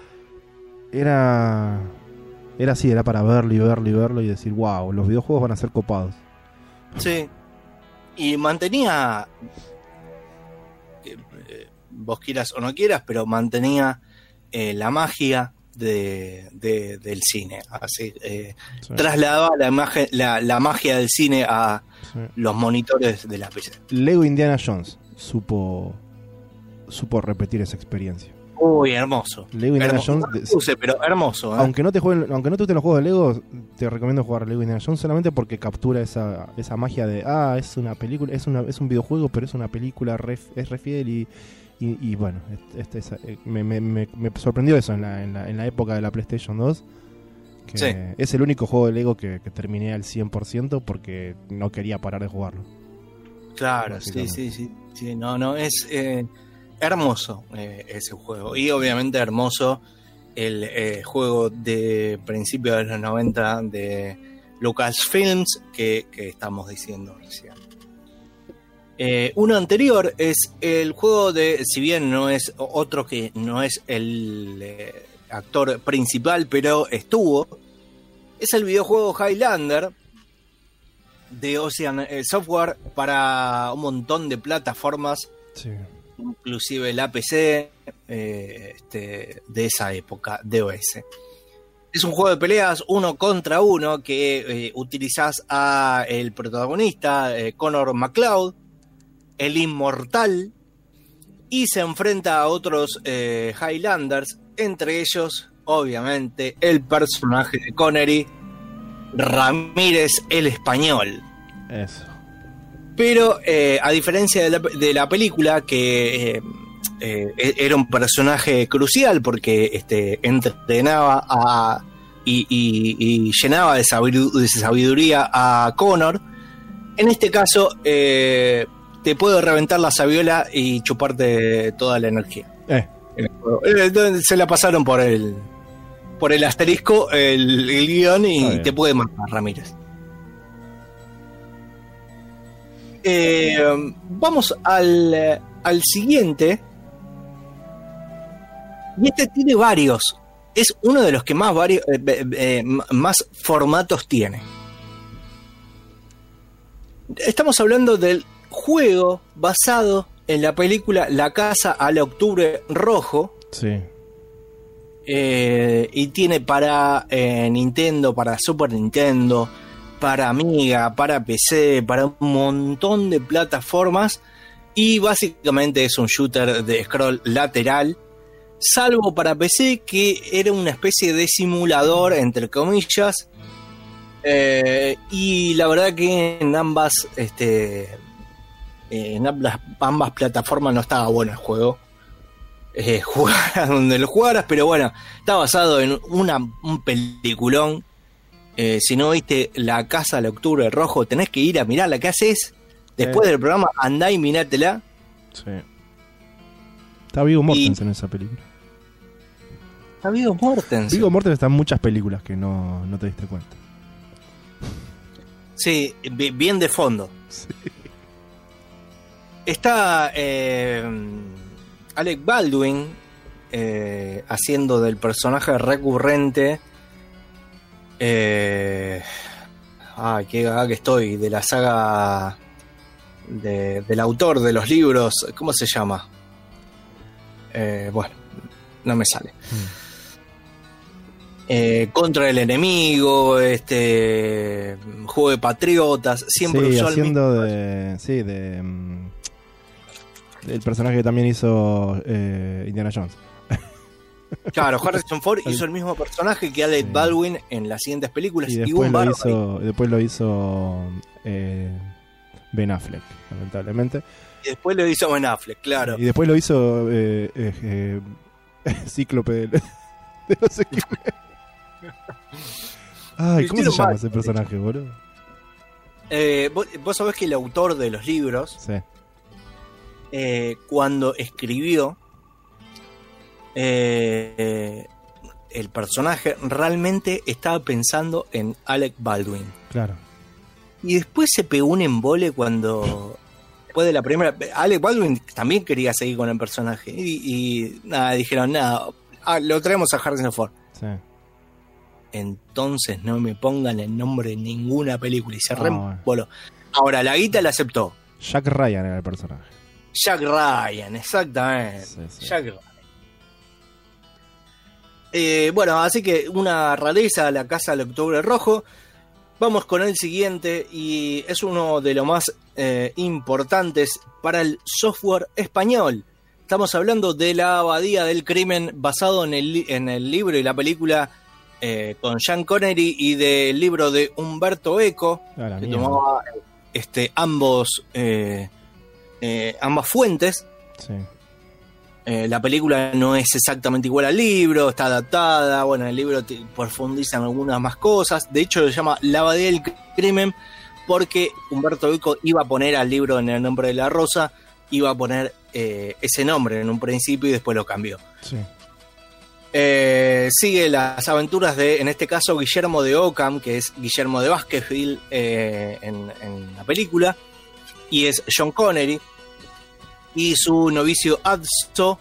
era era así, era para verlo y verlo y verlo y decir, wow, los videojuegos van a ser copados. Sí. Y mantenía, eh, eh, vos quieras o no quieras, pero mantenía eh, la magia de, de, del cine. Así, eh, Sí. trasladaba la, imagen, la, la magia del cine a Sí. los monitores de la P C. Lego Indiana Jones supo supo repetir esa experiencia. Uy, hermoso. Lego Indiana Hermoso. Jones, No de- lo puse, pero hermoso. ¿eh? aunque no te jueguen, aunque no te gusten los juegos de Lego, te recomiendo jugar Lego Indiana Jones solamente porque captura esa, esa magia de ah, es una película, es una es un videojuego, pero es una película re, es re fiel y, y, y bueno, este, este, eh, me, me, me, me sorprendió eso en la, en la, en la época de la PlayStation dos. Que Sí. es el único juego de Lego que, que terminé al cien por ciento porque no quería parar de jugarlo. Claro, sí, sí, sí, sí. No, no, es eh, hermoso eh, ese juego. Y obviamente hermoso el eh, juego de principios de los noventa de Lucasfilms que, que estamos diciendo recién. Eh, uno anterior es el juego de, si bien no es otro que no es el eh, actor principal, pero estuvo, es el videojuego Highlander de Ocean eh, Software para un montón de plataformas, Sí. inclusive la P C eh, este, de esa época, DOS. Es un juego de peleas uno contra uno que eh, utilizás a el protagonista, eh, Connor MacLeod, el inmortal, y se enfrenta a otros eh, Highlanders, entre ellos, obviamente, el personaje de Connery, Ramírez el Español. Eso. Pero eh, a diferencia de la, de la película, que eh, eh, era un personaje crucial porque este, entrenaba a, y, y, y llenaba de sabidu- de sabiduría a Connor, en este caso eh, te puede reventar la sabiola y chuparte toda la energía. Eh, Eh, Se la pasaron por el por el asterisco el, el guión Está y bien. te puede matar, Ramírez. Eh, vamos al, eh, al siguiente. Y este tiene varios. Es uno de los que más, varios, eh, eh, eh, más formatos tiene. Estamos hablando del juego basado en la película La Casa al Octubre Rojo. sí. Eh, y tiene para eh, Nintendo, para Super Nintendo, para Amiga, para P C, para un montón de plataformas. Y básicamente es un shooter de scroll lateral, salvo para P C, que era una especie de simulador, entre comillas. Eh, y la verdad que en ambas, este, en ambas, ambas plataformas no estaba bueno el juego. Eh, jugaras donde lo jugaras, pero bueno, está basado en una, un peliculón. Eh, si no viste La Casa al Octubre Rojo, tenés que ir a mirarla. ¿Qué haces? Después Eh. del programa, andá y mirátela. Sí. Está Viggo Mortensen en esa película. Está Viggo Mortensen. Viggo Mortensen está en muchas películas que no, no te diste cuenta. Sí, bi- bien de fondo. Sí. Está eh, Alec Baldwin eh, haciendo del personaje recurrente. Eh, ay, qué gaga que estoy. De la saga de- del autor de los libros. ¿Cómo se llama? Eh, bueno, no me sale. Eh, contra el enemigo, este juego de patriotas, siempre sí, usó el haciendo mismo- de. Sí, de. mm, el personaje que también hizo eh, Indiana Jones. Claro, Harrison Ford hizo el mismo personaje que Alec Sí. Baldwin en las siguientes películas. Y Y después un lo bárbaro. hizo, después lo hizo eh, Ben Affleck, lamentablemente. Y después lo hizo Ben Affleck, claro. Y después lo hizo eh, eh, eh, Cíclope de, de no sé qué. Ay, ¿cómo se Hicieron llama varios, ese personaje, boludo? Eh, vos, vos sabés que el autor de los libros, Sí. eh, cuando escribió eh, eh, el personaje realmente estaba pensando en Alec Baldwin. Claro. Y después se pegó un embole cuando, después de la primera, Alec Baldwin también quería seguir con el personaje. Y, y nada, dijeron, nada, ah, lo traemos a Harrison Ford. Sí. Entonces no me pongan el nombre de ninguna película. Y se Ah, reemboló. bueno. Ahora, la guita la aceptó. Jack Ryan era el personaje. Jack Ryan, exactamente. Sí, sí. Jack Ryan. Eh, bueno, así que una rareza, La Casa del Octubre Rojo. Vamos con el siguiente y es uno de los más eh, importantes para el software español. Estamos hablando de La Abadía del Crimen, basado en el, en el libro y la película eh, con Sean Connery, y del libro de Humberto Eco, Ah, la que mierda. tomaba este, ambos, eh, eh, ambas fuentes. Sí. Eh, la película no es exactamente igual al libro, está adaptada, bueno, el libro te profundiza en algunas más cosas. De hecho, lo llama La Abadía del Crimen porque Humberto Eco iba a poner al libro en el nombre de la rosa, iba a poner eh, ese nombre en un principio y después lo cambió. Sí. Eh, sigue las aventuras de, en este caso, Guillermo de Ockham, que es Guillermo de Baskerville eh, en, en la película, y es Sean Connery, y su novicio Adso,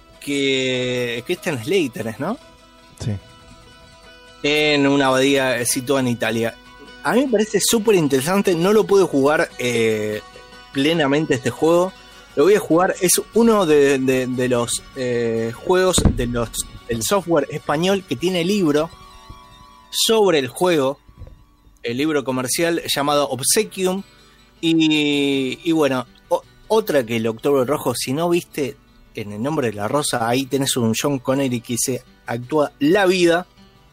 que Christian Slater es, ¿no? Sí. En una abadía situada en Italia. A mí me parece súper interesante, no lo puedo jugar eh, plenamente este juego. Lo voy a jugar, es uno de, de, de los eh, juegos de los, del software español que tiene libro sobre el juego, el libro comercial llamado Obsequium. Y, y bueno, o, otra que el Octubre Rojo, si no viste en el nombre de la rosa, ahí tenés un Sean Connery que se actúa la vida.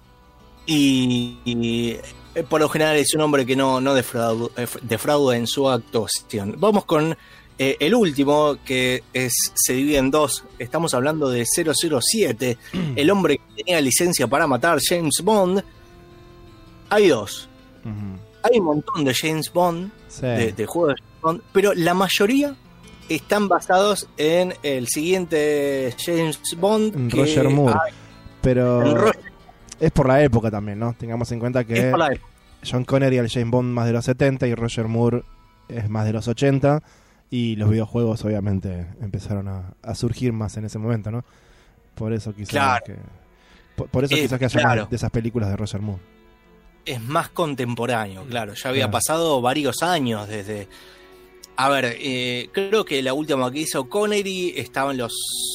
Y, y por lo general es un hombre que no, no defrauda, defrauda en su actuación. Vamos con eh, el último, que es, se divide en dos. Estamos hablando de cero cero siete, el hombre que tenía licencia para matar, James Bond. Hay dos. Uh-huh. Hay un montón de James Bond, Sí. de, de juegos de James Bond, pero la mayoría están basados en el siguiente James Bond. En que Roger Moore. hay- Pero en Roger- es por la época también, ¿no? Tengamos en cuenta es que por la época. John Connery era el James Bond más de los setenta y Roger Moore es más de los ochenta, y los videojuegos obviamente empezaron a, a surgir más en ese momento, ¿no? Por eso quizás Claro. que por, por eso Eh, quizás que haya claro. más de esas películas de Roger Moore. Es más contemporáneo, claro. Ya había Claro. pasado varios años desde... A ver, eh, creo que la última que hizo Connery estaba en los...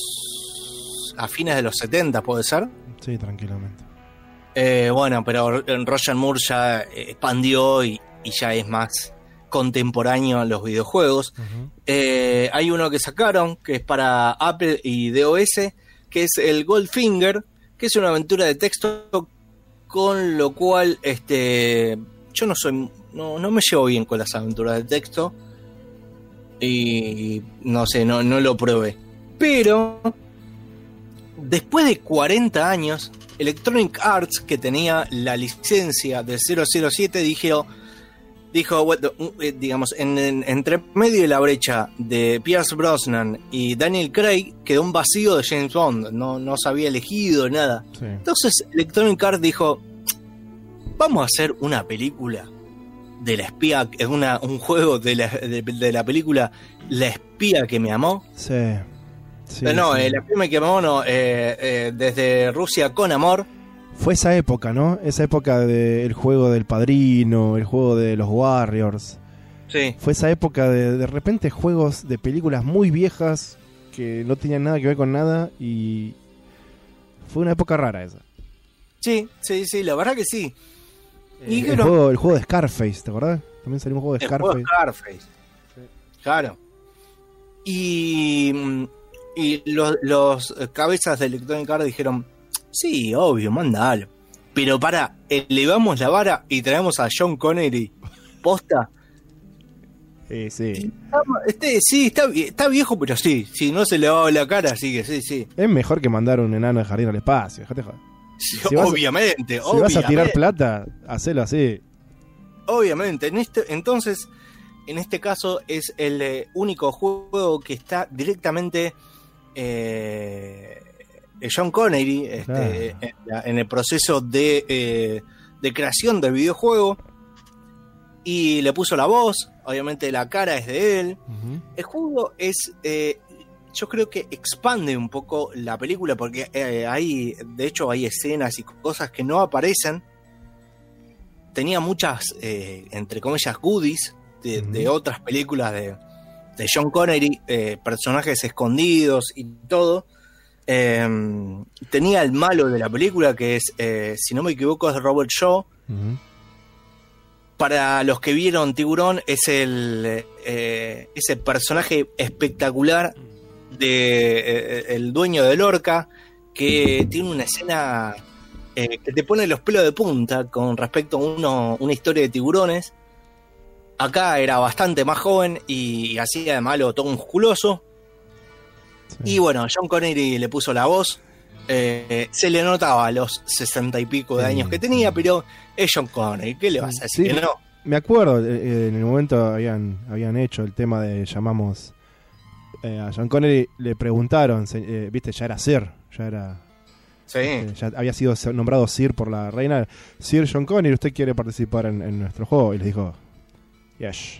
a fines de los setenta, ¿puede ser? Sí, tranquilamente. Eh, bueno, pero en Roger Moore ya expandió y, y ya es más contemporáneo a los videojuegos. Uh-huh. Eh, hay uno que sacaron que es para Apple y DOS, que es el Goldfinger, que es una aventura de texto, con lo cual este yo no soy no, no me llevo bien con las aventuras de texto y no sé, no, no lo probé. Pero después de cuarenta años, Electronic Arts, que tenía la licencia de cero cero siete, dijo, dijo bueno, digamos, en, en, entre medio de la brecha de Pierce Brosnan y Daniel Craig quedó un vacío de James Bond, no, no se había elegido nada. Sí. Entonces Electronic Arts dijo, vamos a hacer una película de la espía, una, un juego de la, de, de la película La espía que me amó. Sí. Sí, Eh, no, sí. eh, La espía que me amó no, eh, eh, desde Rusia con amor. Fue esa época, ¿no? Esa época del juego del Padrino, el juego de los Warriors. Sí, Fue esa época de de repente juegos de películas muy viejas que no tenían nada que ver con nada, y fue una época rara esa. sí, sí, sí, la verdad que sí. Eh, Y el, que no- juego, el juego de Scarface, ¿te acordás? También salió un juego de El juego Scarface. de Scarface. Claro. Y, mm, y los, los cabezas de Electronic Arts dijeron, sí, obvio, mandalo. Pero para, elevamos la vara y traemos a Sean Connery. ¿Posta? Eh, sí. Este, sí, está, vie- está viejo, pero sí. Si no se le va la cara, así que sí, sí. Es mejor que mandar un enano de jardín al espacio. Dejate joder. Si vas a- obviamente, Si vas a tirar obviamente. plata, hacelo así. Obviamente, en este, entonces, en este caso es el eh, único juego que está directamente eh, John Connery este, Claro. en, la- en el proceso de, eh, de creación del videojuego y le puso la voz, obviamente la cara es de él. Ujú. El juego es, eh, yo creo que expande un poco la película porque eh, hay, de hecho hay escenas y cosas que no aparecen. Tenía muchas, eh, entre comillas, goodies de, Ujú. de otras películas de, de John Connery, eh, personajes escondidos y todo. Eh, tenía el malo de la película que es, eh, si no me equivoco, es Robert Shaw. Ujú. Para los que vieron Tiburón, es el eh, ese personaje espectacular de eh, el dueño de Lorca, que tiene una escena eh, que te pone los pelos de punta con respecto a uno, una historia de tiburones. Acá era bastante más joven y hacía de malo todo musculoso. Sí. Y bueno, John Connery le puso la voz. Eh, se le notaba a los sesenta y pico de Sí, años que tenía, sí. pero es John Connery, ¿qué le vas a decir? Sí. Que no. Me acuerdo, eh, eh, en el momento habían, habían hecho el tema de, llamamos, eh, a John Connery, le preguntaron, se- eh, viste, ya era Sir, ya era, Sí. eh, ya había sido nombrado Sir por la reina. Sir John Connery, ¿usted quiere participar en, en nuestro juego? Y les dijo, yes.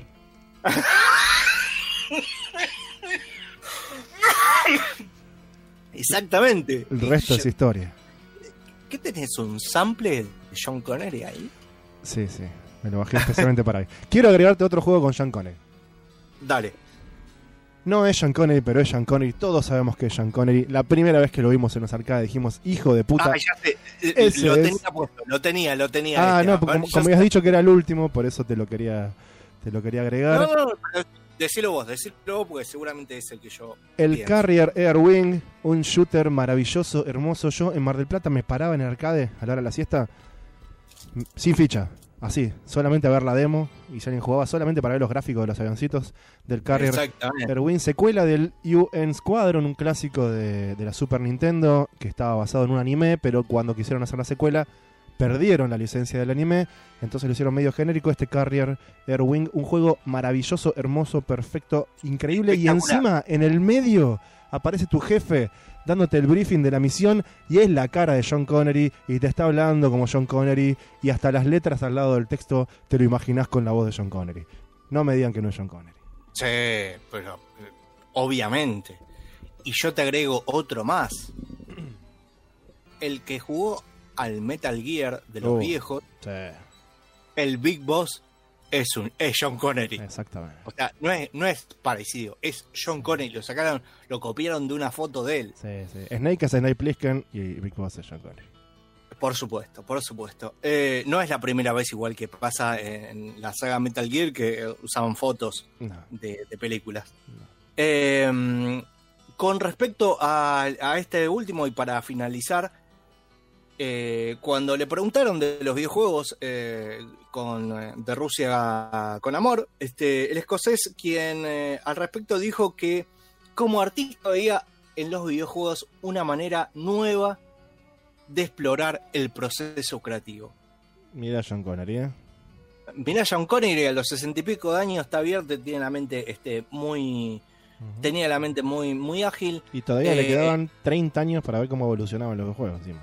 Exactamente. El resto Yo- es historia. ¿Qué tenés? ¿Un sample de John Connery ahí? Sí, sí, me lo bajé especialmente para ahí. Quiero agregarte otro juego con John Connery. Dale. No es Sean Connery, pero es Sean Connery. Todos sabemos que es Sean Connery. La primera vez que lo vimos en los arcades dijimos, hijo de puta. Ah, ya sé. Eh, Ese Lo es- tenía puesto. Lo tenía, lo tenía. Ah, este. no, porque como, Ya como sé. habías dicho que era el último, por eso te lo quería, te lo quería agregar. No, no, no, pero decilo vos, decilo vos, porque seguramente es el que yo El pienso. Carrier Air Wing, un shooter maravilloso, hermoso. Yo en Mar del Plata me paraba en el arcade a la hora de la siesta, m- sin ficha, así, solamente a ver la demo. Y si alguien jugaba, solamente para ver los gráficos de los avioncitos del Carrier Exactamente. Air Wing, secuela del U N Squadron, un clásico de, de la Super Nintendo que estaba basado en un anime, pero cuando quisieron hacer la secuela perdieron la licencia del anime, entonces lo hicieron medio genérico. Este Carrier Air Wing, un juego maravilloso, hermoso, perfecto, increíble, y Espectacular. encima en el medio aparece tu jefe dándote el briefing de la misión y es la cara de John Connery y te está hablando como John Connery y hasta las letras al lado del texto te lo imaginás con la voz de John Connery. No me digan que no es John Connery. Sí, pero eh, obviamente. Y yo te agrego otro más. El que jugó al Metal Gear de los Oh. viejos, Sí, el Big Boss, es un es John Connery. exactamente. O sea, no es, no es parecido, es John Connery. Lo sacaron, lo copiaron de una foto de él. Sí, sí. Snake es Snake Plissken y Big Boss es John Connery. Por supuesto, por supuesto. Eh, no es la primera vez igual que pasa en la saga Metal Gear que eh, usaban fotos No. de, de películas. Eh, con respecto a, a este último y para finalizar, eh, cuando le preguntaron de los videojuegos eh, con, eh, de Rusia con amor, este, el escocés quien eh, al respecto dijo que como artista veía en los videojuegos una manera nueva de explorar el proceso creativo. Mira John Connery, ¿eh? Mirá, John Connery a los sesenta y pico de años está abierto, tiene la mente este, muy... Ujú. tenía la mente muy, muy ágil. Y todavía Eh, le quedaban treinta años para ver cómo evolucionaban los juegos encima.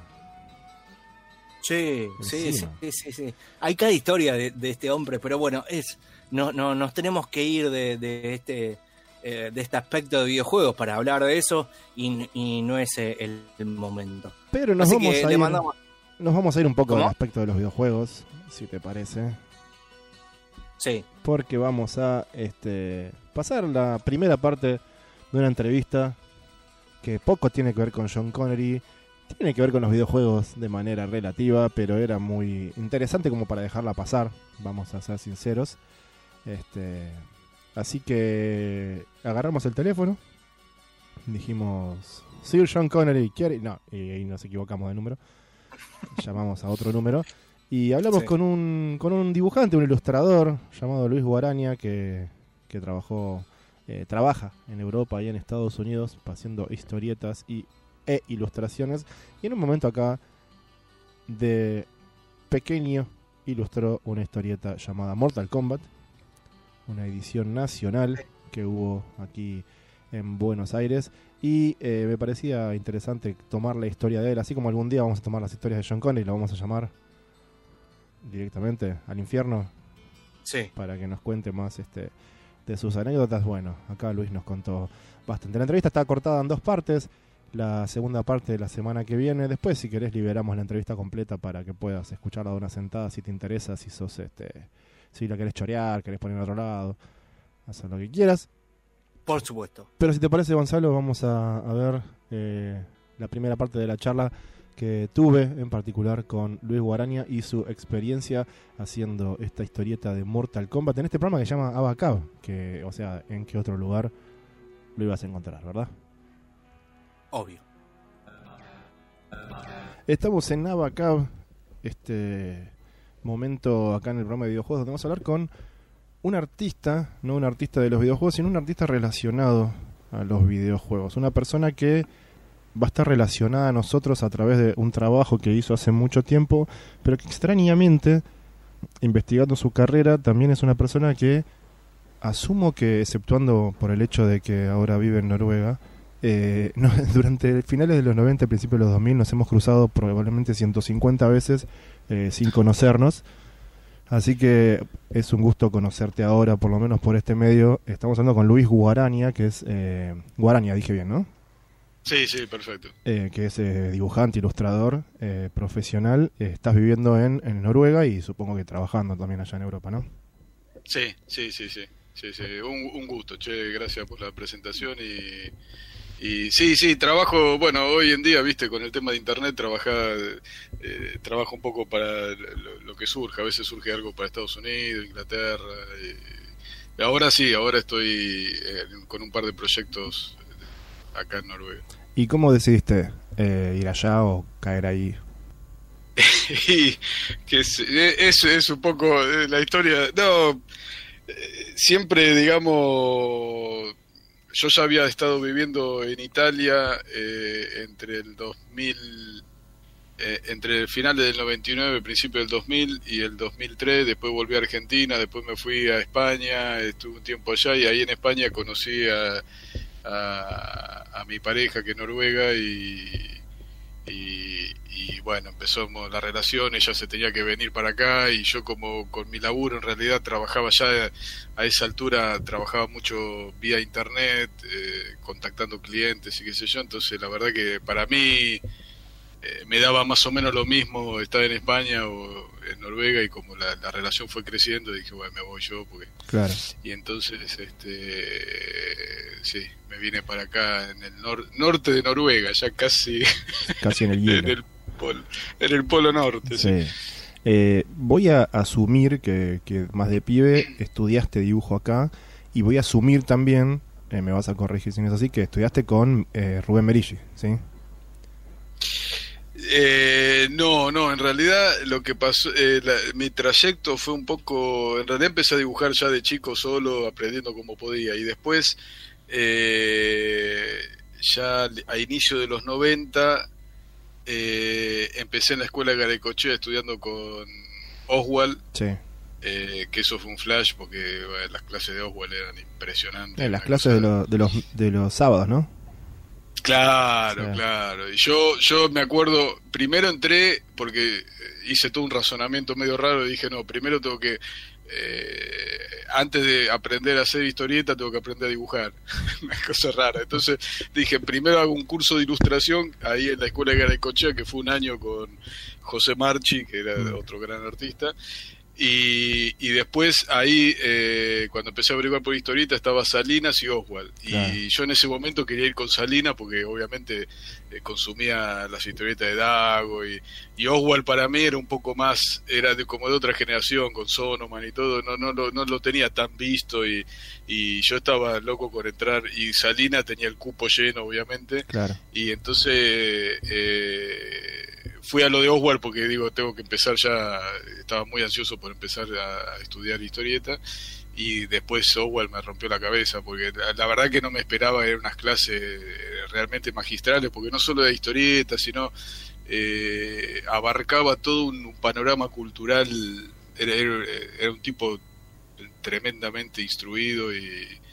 Sí, sí, sí, Encima. sí, sí. Hay cada historia de, de este hombre, pero bueno, es no, no, nos tenemos que ir de, de este eh, de este aspecto de videojuegos para hablar de eso y, y no es eh, el, el momento. Pero nos Así vamos, que a le ir, mandamos... nos vamos a ir un poco ¿Cómo? del aspecto de los videojuegos, si te parece. Sí, Porque vamos a este, pasar la primera parte de una entrevista que poco tiene que ver con John Connery. Tiene que ver con los videojuegos de manera relativa, pero era muy interesante como para dejarla pasar, vamos a ser sinceros. Este, así que agarramos el teléfono, dijimos, Sir John Connery, ¿quiere? No, y ahí nos equivocamos de número. Llamamos a otro número y hablamos Sí. con un con un dibujante, un ilustrador llamado Luis Guaraña que, que trabajó eh, trabaja en Europa y en Estados Unidos haciendo historietas y e ilustraciones, y en un momento acá de pequeño ilustró una historieta llamada Mortal Kombat, una edición nacional que hubo aquí en Buenos Aires, Y eh, me parecía interesante tomar la historia de él, así como algún día vamos a tomar las historias de Sean Connery y lo vamos a llamar directamente al infierno. Sí. Para que nos cuente más este de sus anécdotas. Bueno, acá Luis nos contó bastante. La entrevista está cortada en dos partes. La segunda parte de la semana que viene. Después, si querés, liberamos la entrevista completa para que puedas escucharla de una sentada si te interesa, si sos este, si la querés chorear, querés poner en otro lado, hacer lo que quieras. Por supuesto. Pero si te parece, Gonzalo, vamos a, a ver eh, la primera parte de la charla que tuve en particular con Luis Guaraña y su experiencia haciendo esta historieta de Mortal Kombat en este programa que se llama Abacab, que, o sea, en qué otro lugar lo ibas a encontrar, ¿verdad? Obvio. Estamos en Abacab, este momento acá en el programa de videojuegos donde vamos a hablar con un artista, no un artista de los videojuegos, sino un artista relacionado a los videojuegos, una persona que va a estar relacionada a nosotros a través de un trabajo que hizo hace mucho tiempo, pero que extrañamente, investigando su carrera, también es una persona que asumo que, exceptuando por el hecho de que ahora vive en Noruega, eh, no, durante finales de los noventa, principios de los dos mil, nos hemos cruzado probablemente ciento cincuenta veces eh, sin conocernos. Así que es un gusto conocerte ahora, por lo menos por este medio. Estamos hablando con Luis Guaraña, que es... Eh, Guaraña, dije bien, ¿no? Sí, sí, perfecto. Eh, que es eh, dibujante, ilustrador, eh, profesional. Eh, estás viviendo en, en Noruega y supongo que trabajando también allá en Europa, ¿no? Sí, sí, sí, sí. sí, sí. Un, un gusto, che, gracias por la presentación y... Y sí, sí, trabajo, bueno, hoy en día, viste, con el tema de internet, trabaja, eh, trabajo un poco para lo, lo que surge, a veces surge algo para Estados Unidos, Inglaterra, y ahora sí, ahora estoy eh, con un par de proyectos acá en Noruega. ¿Y cómo decidiste eh, ir allá o caer ahí? Y que es, es, es un poco eh, la historia, no, eh, siempre, digamos... Yo ya había estado viviendo en Italia eh, entre el dos mil, eh, entre el final del noventa y nueve, principio del dos mil y el dos mil tres. Después volví a Argentina, después me fui a España, estuve un tiempo allá y ahí en España conocí a, a, a mi pareja que es noruega y, y, y bueno, empezamos la relación, ella se tenía que venir para acá y yo como con mi laburo en realidad trabajaba ya a esa altura, trabajaba mucho vía internet, eh, contactando clientes y qué sé yo, entonces la verdad que para mí eh, me daba más o menos lo mismo estar en España o en Noruega y como la, la relación fue creciendo dije bueno me voy yo porque claro. Y entonces este sí me vine para acá en el nor- norte de Noruega ya casi casi en el hielo en el polo, en el polo norte sí, sí. Eh, voy a asumir que, que más de pibe estudiaste dibujo acá y voy a asumir también eh, me vas a corregir si no es así que estudiaste con eh, Rubén Meriggi, ¿sí? Eh, no, no, en realidad lo que pasó, eh, la, mi trayecto fue un poco, en realidad empecé a dibujar ya de chico solo, aprendiendo como podía, y después, eh, ya a inicio de los noventa, eh, empecé en la escuela de Garacochea estudiando con Oswald, Sí. eh, que eso fue un flash, porque bueno, las clases de Oswald eran impresionantes. Eh, las una clases cosa- de, lo- de los de los sábados, ¿no? Claro, Sí. claro. Y yo, yo me acuerdo, primero entré porque hice todo un razonamiento medio raro y dije, no, primero tengo que, eh, antes de aprender a hacer historieta, tengo que aprender a dibujar. Una cosa rara. Entonces dije, primero hago un curso de ilustración ahí en la escuela de Garacochea, que fue un año con José Marchi, que era Mm. otro gran artista. Y, y después ahí, eh, cuando empecé a averiguar por historieta, estaba Salinas y Oswald. Claro. Y yo en ese momento quería ir con Salinas porque obviamente eh, consumía las historietas de Dago. Y, y Oswald para mí era un poco más, era de, como de otra generación, con Sonoman y todo. No, no, lo- no lo tenía tan visto y, y yo estaba loco por entrar. Y Salinas tenía el cupo lleno, obviamente. Claro. Y entonces eh, fui a lo de Oswald porque digo, tengo que empezar ya, estaba muy ansioso por empezar a, a estudiar historieta y después Oswald me rompió la cabeza porque la, la verdad que no me esperaba ir a unas clases realmente magistrales porque no solo de historieta, sino eh, abarcaba todo un, un panorama cultural, era, era, era un tipo tremendamente instruido y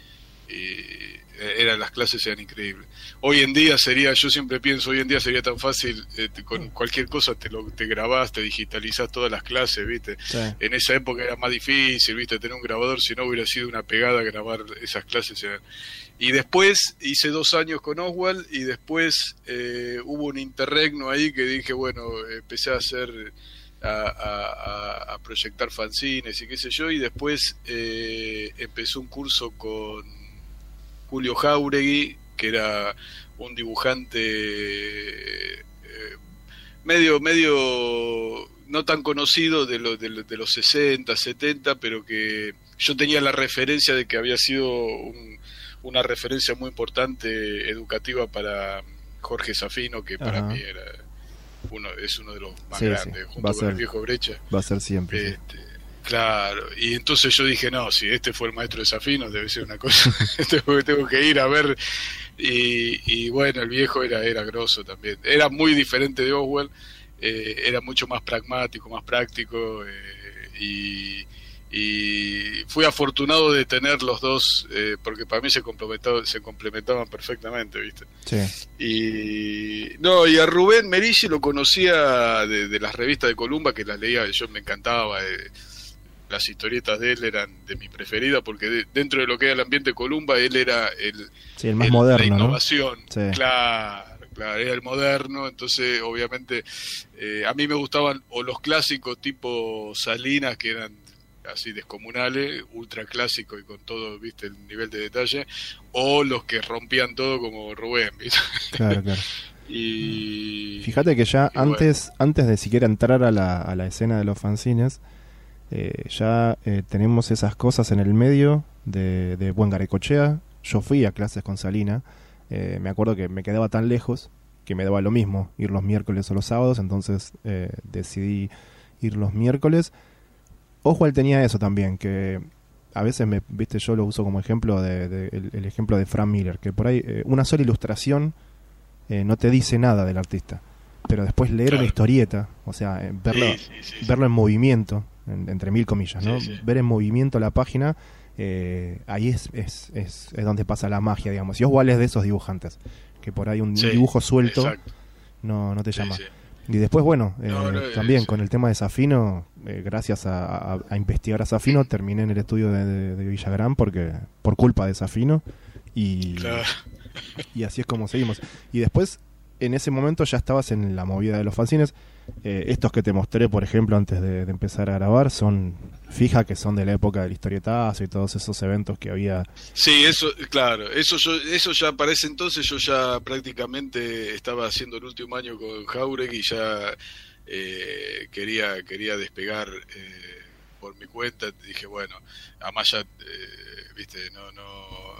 y eran las clases eran increíbles. Hoy en día sería, yo siempre pienso, hoy en día sería tan fácil, eh, te, con cualquier cosa te lo te grabás, te digitalizás todas las clases, ¿viste? Sí. En esa época era más difícil, ¿viste? Tener un grabador, si no hubiera sido una pegada grabar esas clases. Eran... Y después hice dos años con Oswald y después eh, hubo un interregno ahí que dije, bueno, empecé a hacer, a, a, a proyectar fanzines y qué sé yo, y después eh, empezó un curso con Julio Jáuregui, que era un dibujante eh, medio, medio no tan conocido de, lo, de, de los sesenta, setenta, pero que yo tenía la referencia de que había sido un, una referencia muy importante educativa para Jorge Safino, que para Ajá. mí era uno es uno de los más Sí, grandes, sí. junto Va a con ser- el viejo Brecha. Va a ser siempre. Este, claro, y entonces yo dije, no, si este fue el maestro de Safino, debe ser una cosa, tengo, tengo que ir a ver, y, y bueno, el viejo era, era grosso también, era muy diferente de Oswald, eh, era mucho más pragmático, más práctico, eh, y, y fui afortunado de tener los dos, eh, porque para mí se complementaban, se complementaban perfectamente, ¿viste? Sí. Y no, y a Rubén Merigi lo conocía de, de las revistas de Columba, que las leía, yo me encantaba, eh, las historietas de él eran de mi preferida, porque de- dentro de lo que era el ambiente Columba, él era el, Sí, el más el- moderno, la ¿no? innovación, Sí. claro, claro, era el moderno, entonces obviamente eh, a mí me gustaban o los clásicos tipo Salinas, que eran así descomunales, ultra clásicos y con todo, viste, el nivel de detalle, o los que rompían todo como Rubén, ¿viste? Claro, claro. Y Fíjate que ya y bueno. antes antes de siquiera entrar a la, a la escena de los fanzines, eh, ya eh, tenemos esas cosas en el medio de, de Buen Garecochea. Yo fui a clases con Salina, eh, me acuerdo que me quedaba tan lejos que me daba lo mismo ir los miércoles o los sábados, entonces eh, decidí ir los miércoles. Oswald tenía eso también, que a veces, me, viste, yo lo uso como ejemplo, de, de- el, el ejemplo de Frank Miller, que por ahí eh, una sola ilustración eh, no te dice nada del artista, pero después leer Claro. una historieta, o sea, eh, verlo, Sí, sí, sí, sí. verlo en movimiento, en- entre mil comillas, ¿no? Sí, sí. Ver en movimiento la página, eh, ahí es, es, es, es donde pasa la magia, digamos. Y Oswald es de esos dibujantes, que por ahí un Sí, dibujo suelto exacto. no, no te Sí, llama. sí. Y después, bueno, eh, No, no, también es- con el tema de Safino, eh, gracias a, a- a investigar a Safino, terminé en el estudio de, de- de Villagrán porque por culpa de Safino y, Claro. y así es como seguimos. Y después, en ese momento ya estabas en la movida de los fanzines. Eh, estos que te mostré, por ejemplo, antes de, de empezar a grabar, son fija que son de la época del historietazo y todos esos eventos que había. Sí, eso, claro, eso yo, eso ya para ese entonces yo ya prácticamente estaba haciendo el último año con Jauregui y ya eh, quería quería despegar eh, por mi cuenta. Dije, bueno, además ya, eh, viste, no, no.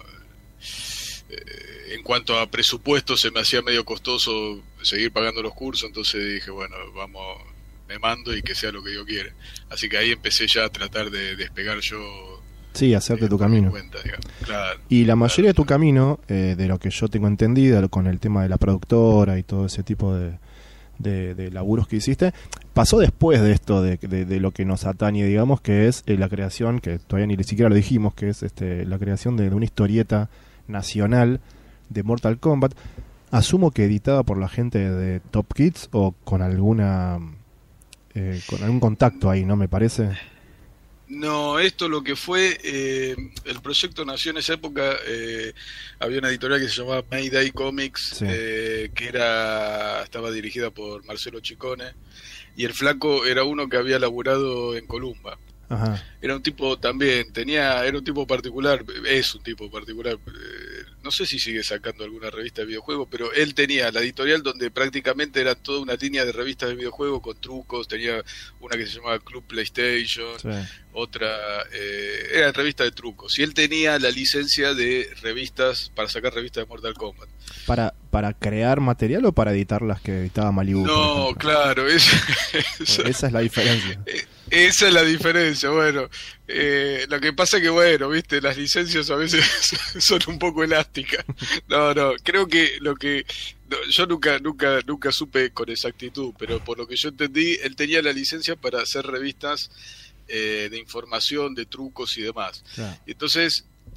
Eh, en cuanto a presupuesto se me hacía medio costoso seguir pagando los cursos, entonces dije, bueno, vamos, me mando y que sea lo que yo quiera. Así que ahí empecé ya a tratar de despegar yo. Sí, hacerte eh, tu por mi camino. cuenta, digamos. Claro. Y la mayoría de tu Claro. camino, eh, de lo que yo tengo entendido, con el tema de la productora y todo ese tipo de, de, de laburos que hiciste, pasó después de esto, de, de, de lo que nos atañe, digamos, que es eh, la creación, que todavía ni siquiera lo dijimos, que es este, la creación de, de una historieta nacional de Mortal Kombat. Asumo que editada por la gente de Top Kids o con alguna eh, con algún contacto ahí, ¿no? Me parece. No, esto lo que fue, eh, el proyecto nació en esa época, eh, había una editorial que se llamaba Mayday Comics, Sí. eh, que era estaba dirigida por Marcelo Chicone, y el flaco era uno que había laburado en Columba. Ajá. Era un tipo también, tenía, era un tipo particular, es un tipo particular, eh, no sé si sigue sacando alguna revista de videojuegos, pero él tenía la editorial donde prácticamente era toda una línea de revistas de videojuegos con trucos, tenía una que se llamaba Club PlayStation, Sí. otra, eh, era revista de trucos, y él tenía la licencia de revistas, para sacar revistas de Mortal Kombat. ¿Para, ¿Para crear material o para editar las que editaba Malibu? por No, ejemplo? claro, esa, esa- Esa es la diferencia. esa es la diferencia. Bueno, eh, lo que pasa que, bueno, viste, las licencias a veces son un poco elásticas. No, no, creo que lo que no, yo nunca, nunca, nunca supe con exactitud, pero por lo que yo entendí, él tenía la licencia para hacer revistas eh, de información, de trucos y demás. Claro. Entonces,